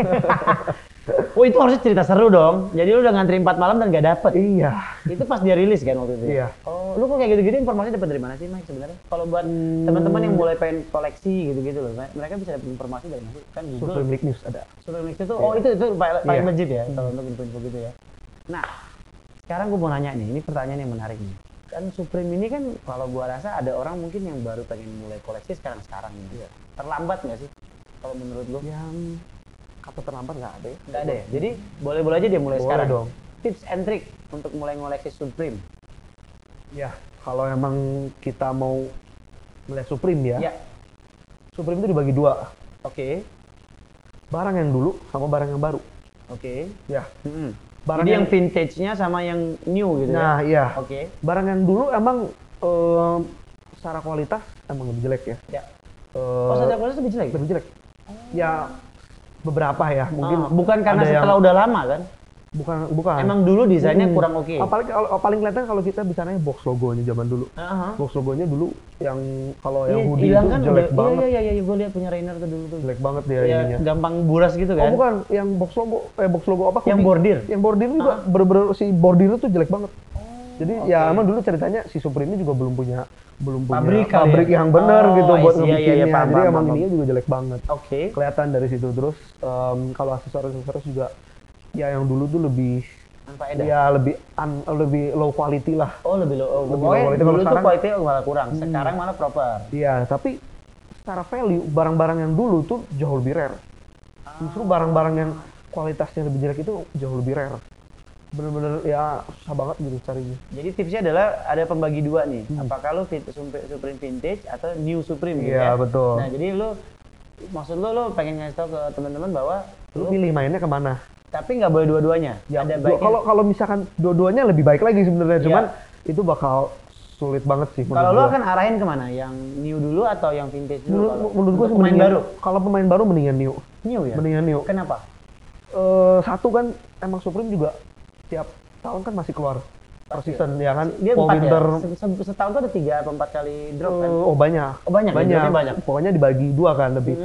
[SPEAKER 1] oh itu harusnya cerita seru dong. Jadi lu udah ngantri 4 malam dan gak dapet.
[SPEAKER 2] Iya.
[SPEAKER 1] Itu pas dia rilis kan waktu itu?
[SPEAKER 2] Iya.
[SPEAKER 1] Oh, lu kok kayak gitu-gitu informasi dapat dari mana sih, Mike sebenarnya? Kalau buat teman-teman yang mulai pengen koleksi gitu-gitu loh, mereka bisa dapat informasi dari mana sih? Kan Google.
[SPEAKER 2] Supreme League News ada.
[SPEAKER 1] Supreme League itu, oh itu paling
[SPEAKER 2] Iya.
[SPEAKER 1] legit ya kalau untuk info-info gitu ya. Nah, sekarang gue mau nanya nih, ini pertanyaan yang menarik nih. Kan Supreme ini kan kalau gua rasa ada orang mungkin yang baru pengen mulai koleksi sekarang-sekarang gitu ya. Terlambat nggak sih? Kalau menurut lu?
[SPEAKER 2] Yang kata terlambat nggak ada ya?
[SPEAKER 1] Nggak ada ya? Jadi boleh-boleh aja dia mulai
[SPEAKER 2] Boleh
[SPEAKER 1] sekarang?
[SPEAKER 2] dong.
[SPEAKER 1] Tips and trick untuk mulai ngoleksi Supreme?
[SPEAKER 2] Ya, kalau emang kita mau melihat Supreme ya,
[SPEAKER 1] Ya.
[SPEAKER 2] Supreme itu dibagi dua.
[SPEAKER 1] Oke.
[SPEAKER 2] Barang yang dulu sama barang yang baru.
[SPEAKER 1] Oke.
[SPEAKER 2] Ya.
[SPEAKER 1] Mm-mm.
[SPEAKER 2] Barang
[SPEAKER 1] Jadi yang vintage-nya sama yang new gitu
[SPEAKER 2] Nah,
[SPEAKER 1] ya?
[SPEAKER 2] iya.
[SPEAKER 1] Oke.
[SPEAKER 2] Barang yang dulu emang secara kualitas emang lebih jelek ya.
[SPEAKER 1] Ya. Oh, secara kualitas lebih jelek?
[SPEAKER 2] Lebih jelek. Ya beberapa ya, mungkin
[SPEAKER 1] bukan karena
[SPEAKER 2] ada yang-
[SPEAKER 1] setelah udah lama kan?
[SPEAKER 2] bukan.
[SPEAKER 1] Emang dulu desainnya
[SPEAKER 2] Mm-mm.
[SPEAKER 1] kurang oke?
[SPEAKER 2] Apalagi kalau paling kelihatan kalau kita bicaranya box logonya zaman dulu.
[SPEAKER 1] Aha.
[SPEAKER 2] Box logonya dulu yang kalau
[SPEAKER 1] Iya,
[SPEAKER 2] yang hoodie
[SPEAKER 1] hilang
[SPEAKER 2] itu
[SPEAKER 1] kan
[SPEAKER 2] jelek
[SPEAKER 1] udah,
[SPEAKER 2] banget.
[SPEAKER 1] Iya, gue lihat punya Rainer tuh dulu tuh.
[SPEAKER 2] Jelek banget dia
[SPEAKER 1] Ya,
[SPEAKER 2] ininya.
[SPEAKER 1] gampang buras gitu
[SPEAKER 2] Oh
[SPEAKER 1] kan?
[SPEAKER 2] bukan, yang box logo apa?
[SPEAKER 1] Yang
[SPEAKER 2] hoodie.
[SPEAKER 1] bordir?
[SPEAKER 2] Yang bordir juga bener-bener si bordir itu jelek banget. Jadi ya
[SPEAKER 1] oke.
[SPEAKER 2] emang dulu ceritanya si Supreme ini juga belum punya
[SPEAKER 1] Pabrik kali
[SPEAKER 2] pabrik
[SPEAKER 1] ya?
[SPEAKER 2] yang benar
[SPEAKER 1] Oh,
[SPEAKER 2] gitu
[SPEAKER 1] I
[SPEAKER 2] buat
[SPEAKER 1] see. Iya,
[SPEAKER 2] ngebikinnya.
[SPEAKER 1] iya, paham,
[SPEAKER 2] Jadi
[SPEAKER 1] paham,
[SPEAKER 2] emang
[SPEAKER 1] paham.
[SPEAKER 2] ininya juga jelek banget.
[SPEAKER 1] Oke.
[SPEAKER 2] Kelihatan dari situ. Terus kalau aksesoris juga ya yang dulu tuh lebih
[SPEAKER 1] Faedah.
[SPEAKER 2] ya lebih low quality lah.
[SPEAKER 1] Oh, lebih low.
[SPEAKER 2] Lebih
[SPEAKER 1] Pokoknya
[SPEAKER 2] low quality.
[SPEAKER 1] dulu
[SPEAKER 2] Kalau
[SPEAKER 1] tuh
[SPEAKER 2] sekarang-
[SPEAKER 1] quality malah kurang. Sekarang malah proper.
[SPEAKER 2] Iya, tapi secara value barang-barang yang dulu tuh jauh lebih rare. Justru barang-barang yang kualitasnya lebih jelek itu jauh lebih rare. Bener-bener ya susah banget gitu carinya.
[SPEAKER 1] Jadi tipsnya adalah ada pembagi dua nih. Apakah lu Supreme vintage atau new Supreme gitu
[SPEAKER 2] Iya,
[SPEAKER 1] ya?
[SPEAKER 2] betul.
[SPEAKER 1] Nah, jadi maksud lu pengen ngasih tau ke teman-teman bahwa
[SPEAKER 2] Lu pilih mainnya kemana?
[SPEAKER 1] tapi nggak boleh dua-duanya.
[SPEAKER 2] Ya,
[SPEAKER 1] Ada baiknya.
[SPEAKER 2] kalau misalkan dua-duanya lebih baik lagi sebenarnya, cuman itu bakal sulit banget sih.
[SPEAKER 1] Kalau
[SPEAKER 2] menurut
[SPEAKER 1] lu
[SPEAKER 2] gua.
[SPEAKER 1] akan arahin kemana? Yang new dulu atau yang vintage dulu?
[SPEAKER 2] menurut gue
[SPEAKER 1] Untuk pemain baru.
[SPEAKER 2] Kalau pemain baru mendingan new.
[SPEAKER 1] New ya?
[SPEAKER 2] Mendingan new.
[SPEAKER 1] Kenapa?
[SPEAKER 2] Satu kan emang Supreme juga tiap tahun kan masih keluar per season ya kan.
[SPEAKER 1] Dia
[SPEAKER 2] Fall
[SPEAKER 1] 4
[SPEAKER 2] winter.
[SPEAKER 1] ya? Setahun tuh ada 3 atau 4 kali drop kan?
[SPEAKER 2] Oh banyak.
[SPEAKER 1] Oh, banyak ya? Dropnya banyak.
[SPEAKER 2] Pokoknya dibagi dua kan lebih.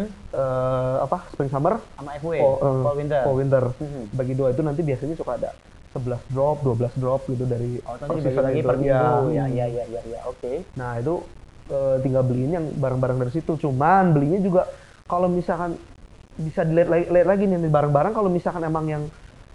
[SPEAKER 2] Spring summer,
[SPEAKER 1] Sama FW, fall winter.
[SPEAKER 2] fall winter.
[SPEAKER 1] Mhm.
[SPEAKER 2] Bagi dua itu nanti biasanya suka ada 11 drop, 12 drop gitu dari
[SPEAKER 1] Oh,
[SPEAKER 2] per
[SPEAKER 1] nanti dibagi
[SPEAKER 2] season
[SPEAKER 1] lagi
[SPEAKER 2] itu.
[SPEAKER 1] per minggu.
[SPEAKER 2] Ya.
[SPEAKER 1] Ya, oke.
[SPEAKER 2] Nah itu tinggal beliin yang barang-barang dari situ. Cuman belinya juga kalau misalkan bisa dilihat lagi nih barang-barang kalau misalkan emang yang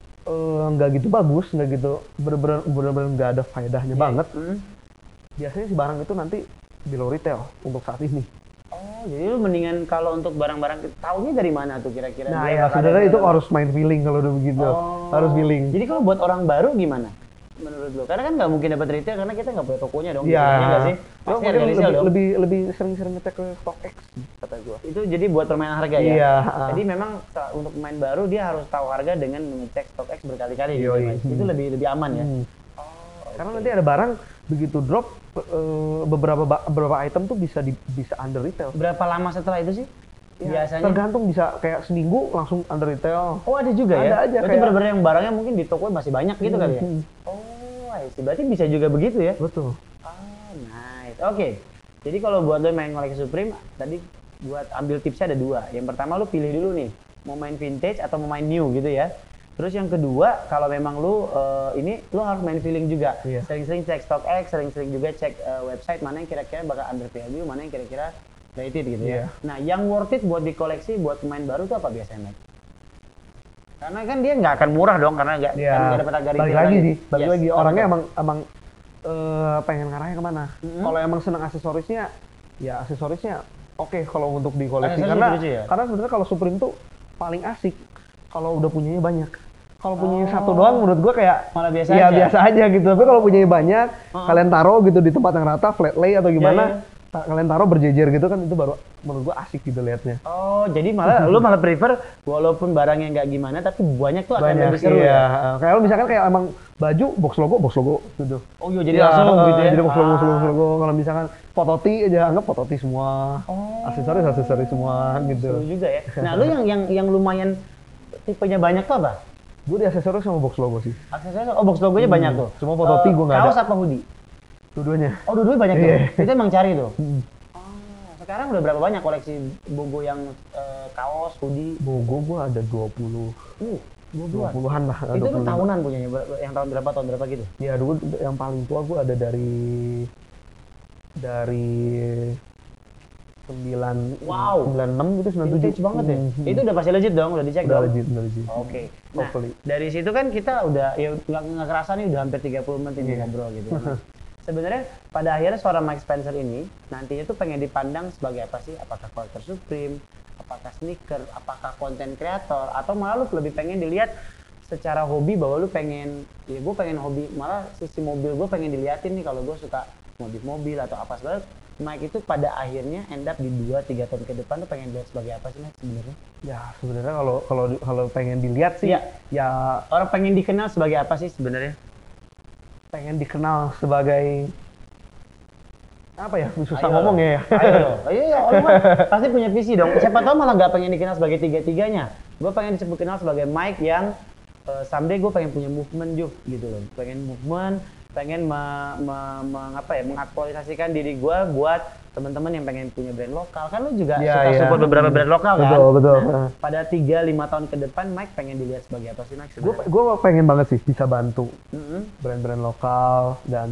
[SPEAKER 2] nggak gitu bagus, nggak gitu bener-bener nggak ada faedahnya banget. Biasanya si barang itu nanti below retail untuk saat ini.
[SPEAKER 1] Oh, jadi lu mendingan kalau untuk barang-barang tahunya dari mana tuh kira-kira?
[SPEAKER 2] Nah
[SPEAKER 1] Dia
[SPEAKER 2] ya
[SPEAKER 1] bakal
[SPEAKER 2] sebenarnya
[SPEAKER 1] ada-
[SPEAKER 2] itu harus main feeling kalau udah begitu.
[SPEAKER 1] Oh.
[SPEAKER 2] Harus feeling.
[SPEAKER 1] Jadi kalau buat orang baru gimana? Menurut lu? Karena kan nggak mungkin dapat retail karena kita nggak punya tokonya dong.
[SPEAKER 2] Iya.
[SPEAKER 1] Iya nggak sih?
[SPEAKER 2] Lo
[SPEAKER 1] Pasti
[SPEAKER 2] mungkin
[SPEAKER 1] harga resell dong.
[SPEAKER 2] lebih sering-sering ngecek ke StockX kata gua.
[SPEAKER 1] Itu jadi buat permainan harga ya?
[SPEAKER 2] Iya.
[SPEAKER 1] Jadi memang untuk pemain baru dia harus tahu harga dengan mengecek StockX berkali-kali gitu.
[SPEAKER 2] Yoi.
[SPEAKER 1] Mas. Itu lebih aman ya?
[SPEAKER 2] Karena nanti ada barang begitu drop beberapa item tuh bisa under retail.
[SPEAKER 1] Berapa lama setelah itu sih?
[SPEAKER 2] Ya,
[SPEAKER 1] Biasanya?
[SPEAKER 2] tergantung bisa kayak seminggu langsung under retail.
[SPEAKER 1] Oh ada juga ya?
[SPEAKER 2] Ada aja
[SPEAKER 1] Berarti
[SPEAKER 2] kayak-
[SPEAKER 1] bener-bener yang barangnya mungkin di toko masih banyak gitu kali ya? Oh, I see. Berarti bisa juga begitu ya?
[SPEAKER 2] Betul.
[SPEAKER 1] Oh, nice. Oke. Jadi kalau buat lo main koleksi Supreme, tadi buat ambil tipsnya ada 2. Yang pertama lo pilih dulu nih, mau main vintage atau mau main new gitu ya. Terus yang kedua, kalau memang lo ini lo harus main feeling juga.
[SPEAKER 2] Iya.
[SPEAKER 1] Sering-sering cek StockX, sering-sering juga cek website mana yang kira-kira bakal under value, mana yang kira-kira rated gitu ya.
[SPEAKER 2] Iya.
[SPEAKER 1] Nah, yang worth it buat dikoleksi buat pemain baru tuh apa biasanya, Mike? Karena kan dia nggak akan murah dong, karena nggak
[SPEAKER 2] Ya,
[SPEAKER 1] dapat harga
[SPEAKER 2] balik
[SPEAKER 1] retail
[SPEAKER 2] lagi sih. Balik
[SPEAKER 1] Yes,
[SPEAKER 2] lagi
[SPEAKER 1] betul.
[SPEAKER 2] orangnya emang pengen ngarahnya kemana. Kalau emang seneng aksesorisnya, ya aksesorisnya oke kalau untuk di koleksi
[SPEAKER 1] Aksesoris
[SPEAKER 2] karena
[SPEAKER 1] lucu ya?
[SPEAKER 2] karena sebenarnya kalau Supreme tuh paling asik kalau udah punyanya banyak. Kalau punyanya satu doang menurut gua kayak
[SPEAKER 1] Malah biasa
[SPEAKER 2] ya
[SPEAKER 1] aja?
[SPEAKER 2] biasa aja gitu. Tapi kalau punyanya banyak, kalian taruh gitu di tempat yang rata, flat lay atau gimana, kalian taruh berjejer gitu kan itu baru menurut gua asik gitu liatnya.
[SPEAKER 1] Oh, jadi malah lu malah prefer walaupun barangnya nggak gimana tapi banyak tuh akan
[SPEAKER 2] Banyak
[SPEAKER 1] lebih seru
[SPEAKER 2] iya.
[SPEAKER 1] ya.
[SPEAKER 2] Kayak lu misalkan kayak emang baju box logo gitu.
[SPEAKER 1] Oh iya, jadi
[SPEAKER 2] Ya,
[SPEAKER 1] langsung gitu ya.
[SPEAKER 2] Jadi box logo. Kalau misalkan fototi aja anggap fototi semua. Aksesoris semua gitu.
[SPEAKER 1] Seru juga ya. Nah, lu yang lumayan tipenya banyak tuh apa?
[SPEAKER 2] Gue di aksesoris sama box logo sih.
[SPEAKER 1] Aksesoris, oh box logonya banyak tuh.
[SPEAKER 2] Cuma fototi gua nggak ada.
[SPEAKER 1] Kaos apa hoodie?
[SPEAKER 2] Dua-duanya.
[SPEAKER 1] Oh, dua-duanya banyak tuh.
[SPEAKER 2] Iya.
[SPEAKER 1] Itu emang cari tuh. Sekarang udah berapa banyak koleksi Bogo yang kaos, hoodie?
[SPEAKER 2] Bogo gue ada 20. 20-an lah.
[SPEAKER 1] Itu tuh tahunan punyanya, yang tahun berapa gitu?
[SPEAKER 2] Ya dulu yang paling tua gue ada dari 96 gitu 97.
[SPEAKER 1] Vintage banget ya? Itu udah pasti legit dong, udah dicek
[SPEAKER 2] Udah
[SPEAKER 1] dong?
[SPEAKER 2] legit.
[SPEAKER 1] Oke. Nah,
[SPEAKER 2] Hopefully.
[SPEAKER 1] dari situ kan kita udah, ya nggak kerasa nih udah hampir 30 menit ini ngobrol gitu. Nah, sebenarnya pada akhirnya seorang Mike Spencer ini nantinya tuh pengen dipandang sebagai apa sih? Apakah kolektor Supreme, apakah sneaker, apakah konten kreator, atau malah lu lebih pengen dilihat secara hobi bahwa lu pengen, ya gue pengen hobi, malah sisi mobil gue pengen diliatin nih kalau gue suka mobil atau apa. Sebenarnya Mike itu pada akhirnya end up di 2-3 tahun ke depan tuh pengen dilihat sebagai apa sih Mike sebenarnya?
[SPEAKER 2] Ya sebenarnya kalau pengen dilihat sih
[SPEAKER 1] Iya.
[SPEAKER 2] ya
[SPEAKER 1] Orang pengen dikenal sebagai apa sih sebenarnya?
[SPEAKER 2] pengen dikenal sebagai apa ya susah
[SPEAKER 1] Ayo.
[SPEAKER 2] ngomong ya.
[SPEAKER 1] Iya, orang mah pasti punya visi dong. Siapa tahu malah nggak pengen dikenal sebagai tiga-tiganya. Gue pengen disebut kenal sebagai Mike yang someday gue pengen punya movement juga gitu loh. Pengen movement, pengen mengaktualisasikan diri gue buat teman-teman yang pengen punya brand lokal. Kan lu juga suka support beberapa brand lokal kan?
[SPEAKER 2] Betul.
[SPEAKER 1] Nah, pada 3-5 tahun ke depan Mike pengen dilihat sebagai apa sih Mike sebenarnya?
[SPEAKER 2] Gue pengen banget sih bisa bantu
[SPEAKER 1] Mm-hmm.
[SPEAKER 2] brand-brand lokal dan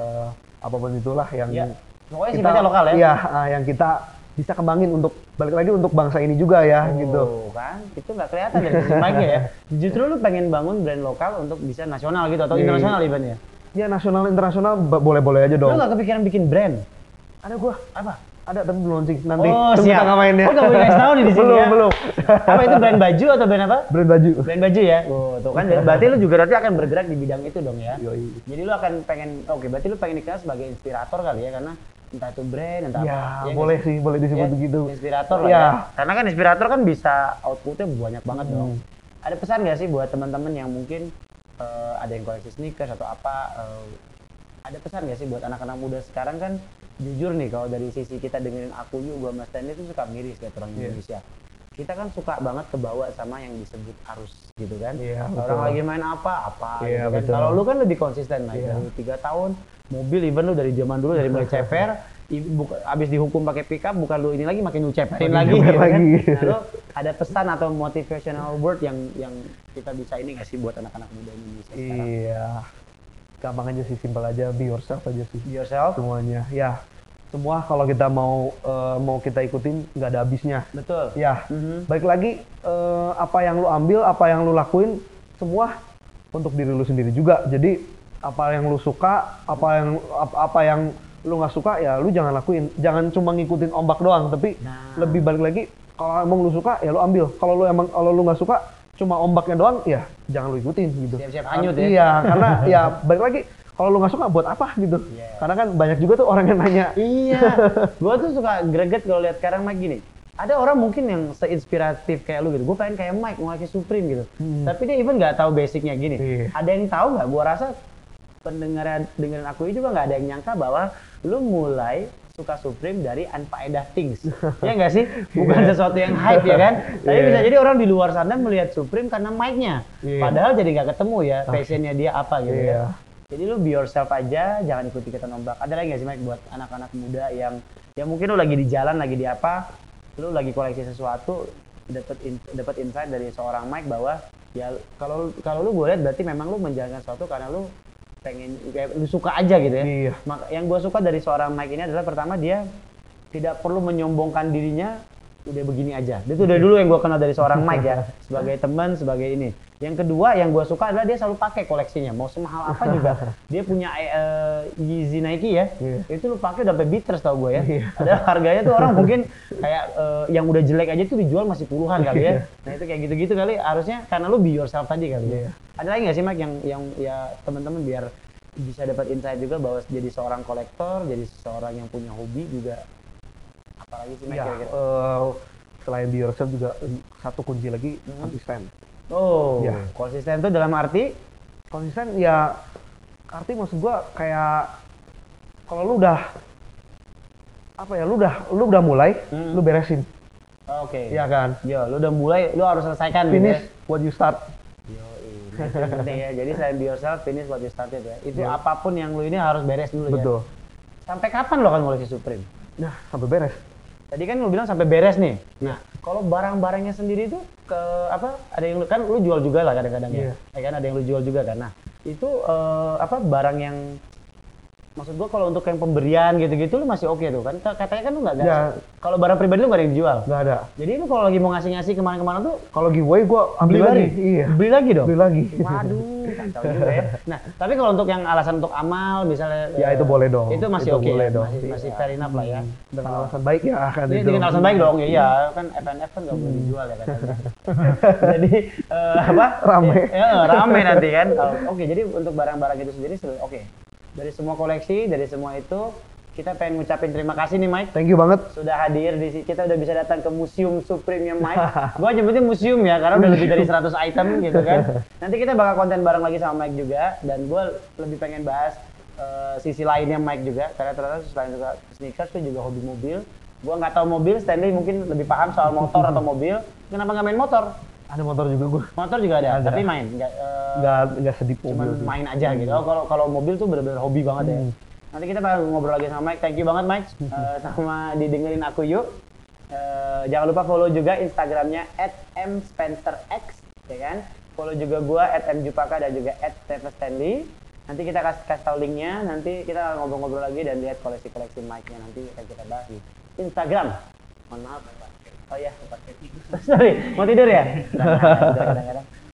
[SPEAKER 2] apapun itulah yang
[SPEAKER 1] Ya. Pokoknya sifatnya lokal ya?
[SPEAKER 2] Iya, yang kita bisa kembangin untuk balik lagi untuk bangsa ini juga ya gitu.
[SPEAKER 1] Kan itu nggak kelihatan dari sisi Mike ya. Justru lu pengen bangun brand lokal untuk bisa nasional gitu atau internasional even ya?
[SPEAKER 2] Ya nasional internasional boleh-boleh aja
[SPEAKER 1] Lu
[SPEAKER 2] dong.
[SPEAKER 1] nggak kepikiran bikin brand?
[SPEAKER 2] Ada gua.
[SPEAKER 1] Apa?
[SPEAKER 2] Ada tapi belum launching nanti.
[SPEAKER 1] Oh
[SPEAKER 2] tunggu
[SPEAKER 1] siap.
[SPEAKER 2] tengah mainnya.
[SPEAKER 1] Oh nggak boleh kasih tahu nih di sini ya?
[SPEAKER 2] belum.
[SPEAKER 1] Apa itu brand baju atau brand apa?
[SPEAKER 2] Brand baju.
[SPEAKER 1] Brand baju ya? Oh tuh kan berarti lu juga nanti akan bergerak di bidang itu dong ya?
[SPEAKER 2] Yoi.
[SPEAKER 1] Jadi lu akan pengen, oke berarti lu pengen dikenal sebagai inspirator kali ya? Karena entah itu brand, entah
[SPEAKER 2] Ya,
[SPEAKER 1] apa.
[SPEAKER 2] boleh sih, boleh disebut
[SPEAKER 1] Ya,
[SPEAKER 2] begitu.
[SPEAKER 1] Inspirator lah
[SPEAKER 2] Ya.
[SPEAKER 1] ya. Karena kan inspirator kan bisa outputnya banyak banget dong. Ada pesan nggak sih buat teman-teman yang mungkin ada yang koleksi sneakers atau apa? Ada pesan nggak sih buat anak-anak muda sekarang kan jujur nih kalau dari sisi kita dengerin aku juga Mas Stanley itu suka miris kayak orang Indonesia. Kita kan suka banget kebawa sama yang disebut arus gitu kan.
[SPEAKER 2] Iya,
[SPEAKER 1] Orang
[SPEAKER 2] betul.
[SPEAKER 1] lagi main apa
[SPEAKER 2] Iya,
[SPEAKER 1] gitu kan.
[SPEAKER 2] betul.
[SPEAKER 1] Kalau lu kan lebih konsisten Mike.
[SPEAKER 2] Iya.
[SPEAKER 1] Dari 3 tahun mobil even lu dari zaman dulu dari mulai ceper abis dihukum pakai pickup bukan lu ini lagi makin lu ceperin
[SPEAKER 2] Makin
[SPEAKER 1] lagi
[SPEAKER 2] ceper
[SPEAKER 1] gitu kan.
[SPEAKER 2] lagi.
[SPEAKER 1] Nah, lu ada pesan atau motivational word yang kita bisa ini nggak sih buat anak-anak muda Indonesia sekarang?
[SPEAKER 2] Iya. Gampang aja sih, simpel aja, be yourself aja sih.
[SPEAKER 1] Be yourself.
[SPEAKER 2] Semuanya. Ya. Semua kalau kita mau kita ikutin nggak ada habisnya.
[SPEAKER 1] Betul.
[SPEAKER 2] Ya. Balik lagi apa yang lu ambil, apa yang lu lakuin semua untuk diri lu sendiri juga. Jadi apa yang lu suka, apa yang lu nggak suka ya lu jangan lakuin. Jangan cuma ngikutin ombak doang, tapi lebih balik lagi kalau emang lu suka ya lu ambil. Kalau lu nggak suka cuma ombaknya doang ya jangan lu ikutin gitu.
[SPEAKER 1] Siap-siap hanyut ya.
[SPEAKER 2] Iya, karena ya balik lagi kalau lu nggak suka buat apa gitu.
[SPEAKER 1] Iya.
[SPEAKER 2] Karena kan banyak juga tuh orang yang nanya.
[SPEAKER 1] Iya, gua tuh suka greget kalau lihat sekarang Mike gini. Ada orang mungkin yang seinspiratif kayak lu gitu. Gue pengen kayak Mike, ngoleksi Supreme gitu. Tapi dia even nggak tahu basicnya gini.
[SPEAKER 2] Iya.
[SPEAKER 1] Ada yang tahu nggak? Gua rasa dengerin aku ini juga nggak ada yang nyangka bahwa lu mulai suka Supreme dari unfaedah things. Ya nggak sih? Bukan sesuatu yang hype ya kan? Tapi bisa jadi orang di luar sana melihat Supreme karena Mike-nya.
[SPEAKER 2] Iya.
[SPEAKER 1] Padahal jadi nggak ketemu ya passionnya dia apa gitu
[SPEAKER 2] Iya.
[SPEAKER 1] ya. Jadi lu be yourself aja, jangan ikuti-ikutan ombak. Ada lagi nggak sih Mike buat anak-anak muda yang ya mungkin lu lagi di jalan, lagi di apa, lu lagi koleksi sesuatu, dapat insight dari seorang Mike bahwa ya kalau lu gue lihat berarti memang lu menjalankan sesuatu karena lu pengen kayak lu suka aja gitu ya.
[SPEAKER 2] Iya.
[SPEAKER 1] Yang gue suka dari seorang Mike ini adalah pertama dia tidak perlu menyombongkan dirinya udah begini aja. Dia tuh dari dulu yang gue kenal dari seorang Mike ya, sebagai teman, sebagai ini. Yang kedua yang gue suka adalah dia selalu pakai koleksinya, mau semahal apa juga. Dia punya Yeezy Nike ya, itu lu pakai udah sampai bitters tau gue ya. Ada harganya tuh orang mungkin kayak yang udah jelek aja tuh dijual masih puluhan kali ya. Nah itu kayak gitu-gitu kali, harusnya karena lu be yourself tadi kali ya. Ada lagi nggak sih Mike yang ya teman-teman biar bisa dapat insight juga bahwa jadi seorang kolektor, jadi seorang yang punya hobi juga. Apalagi sih kira-kira?
[SPEAKER 2] Selain be yourself juga satu kunci lagi konsisten.
[SPEAKER 1] Oh, konsisten tuh dalam arti?
[SPEAKER 2] Konsisten ya, arti maksud gua kayak kalau lu udah apa ya, lu udah mulai, lu beresin.
[SPEAKER 1] Oke.
[SPEAKER 2] Iya kan?
[SPEAKER 1] Yo, lu udah mulai, lu harus selesaikan.
[SPEAKER 2] Finish
[SPEAKER 1] gitu ya?
[SPEAKER 2] what you start.
[SPEAKER 1] Yo, ini penting ya. Jadi selain be yourself, finish what you started ya. Itu apapun yang lu ini harus beres dulu ya.
[SPEAKER 2] Betul.
[SPEAKER 1] Sampai kapan lo kan koleksi Supreme?
[SPEAKER 2] Nah, sampai beres.
[SPEAKER 1] Tadi kan lu bilang sampai beres nih. Nah, kalau barang-barangnya sendiri itu ke apa? Ada yang kan lu jual juga lah kadang-kadang ya. Ya kan ada yang lu jual juga kan. Nah, itu apa barang yang maksud gua kalau untuk yang pemberian gitu-gitu lu masih oke tuh kan? Katanya kan lu nggak ada. Kalau barang pribadi lu nggak ada yang dijual.
[SPEAKER 2] Nggak ada.
[SPEAKER 1] Jadi lu kalau lagi mau ngasih-ngasih kemana-kemana tuh
[SPEAKER 2] kalau giveaway gua ambil lagi. Iya.
[SPEAKER 1] Beli lagi dong.
[SPEAKER 2] Beli lagi.
[SPEAKER 1] Waduh, kacau juga ya. Nah, tapi kalau untuk yang alasan untuk amal misalnya
[SPEAKER 2] ya itu boleh dong.
[SPEAKER 1] Itu masih oke ya? Masih fair enough lah ya.
[SPEAKER 2] Dengan alasan baik ya kan.
[SPEAKER 1] Ini dengan alasan baik dong. Ya kan FNF kan nggak boleh dijual ya katanya. Jadi apa?
[SPEAKER 2] Rame.
[SPEAKER 1] Rame nanti kan. Oke, jadi untuk barang-barang itu sendiri oke. Dari semua koleksi, dari semua itu, kita pengen ngucapin terima kasih nih Mike.
[SPEAKER 2] Thank you banget.
[SPEAKER 1] Sudah hadir di sini, kita udah bisa datang ke Museum Supreme-nya Mike. Gua nyebutnya museum ya, karena udah lebih dari 100 item gitu kan. Nanti kita bakal konten bareng lagi sama Mike juga, dan gua lebih pengen bahas sisi lainnya Mike juga, karena ternyata selain suka sneakers, tuh juga hobi mobil. Gua nggak tahu mobil, Stanley mungkin lebih paham soal motor atau mobil. Kenapa nggak main motor?
[SPEAKER 2] Ada motor juga gua.
[SPEAKER 1] Motor juga ada. Tapi main
[SPEAKER 2] nggak sedip
[SPEAKER 1] cuman
[SPEAKER 2] mobil.
[SPEAKER 1] main aja gitu. Kalau mobil tuh benar-benar hobi banget ya. Nanti kita bakal ngobrol lagi sama Mike. Thank you banget Mike sama didengerin aku yuk. Jangan lupa follow juga Instagramnya @mspencerx ya kan. Follow juga gua @mjupaka dan juga @stevenstanley. Nanti kita kasih tahu linknya. Nanti kita ngobrol-ngobrol lagi dan lihat koleksi-koleksi Mike-nya nanti akan kita bahas di Instagram. Mohon maaf Pak. Oh ya, sorry, mau tidur ya? Kadang-kadang.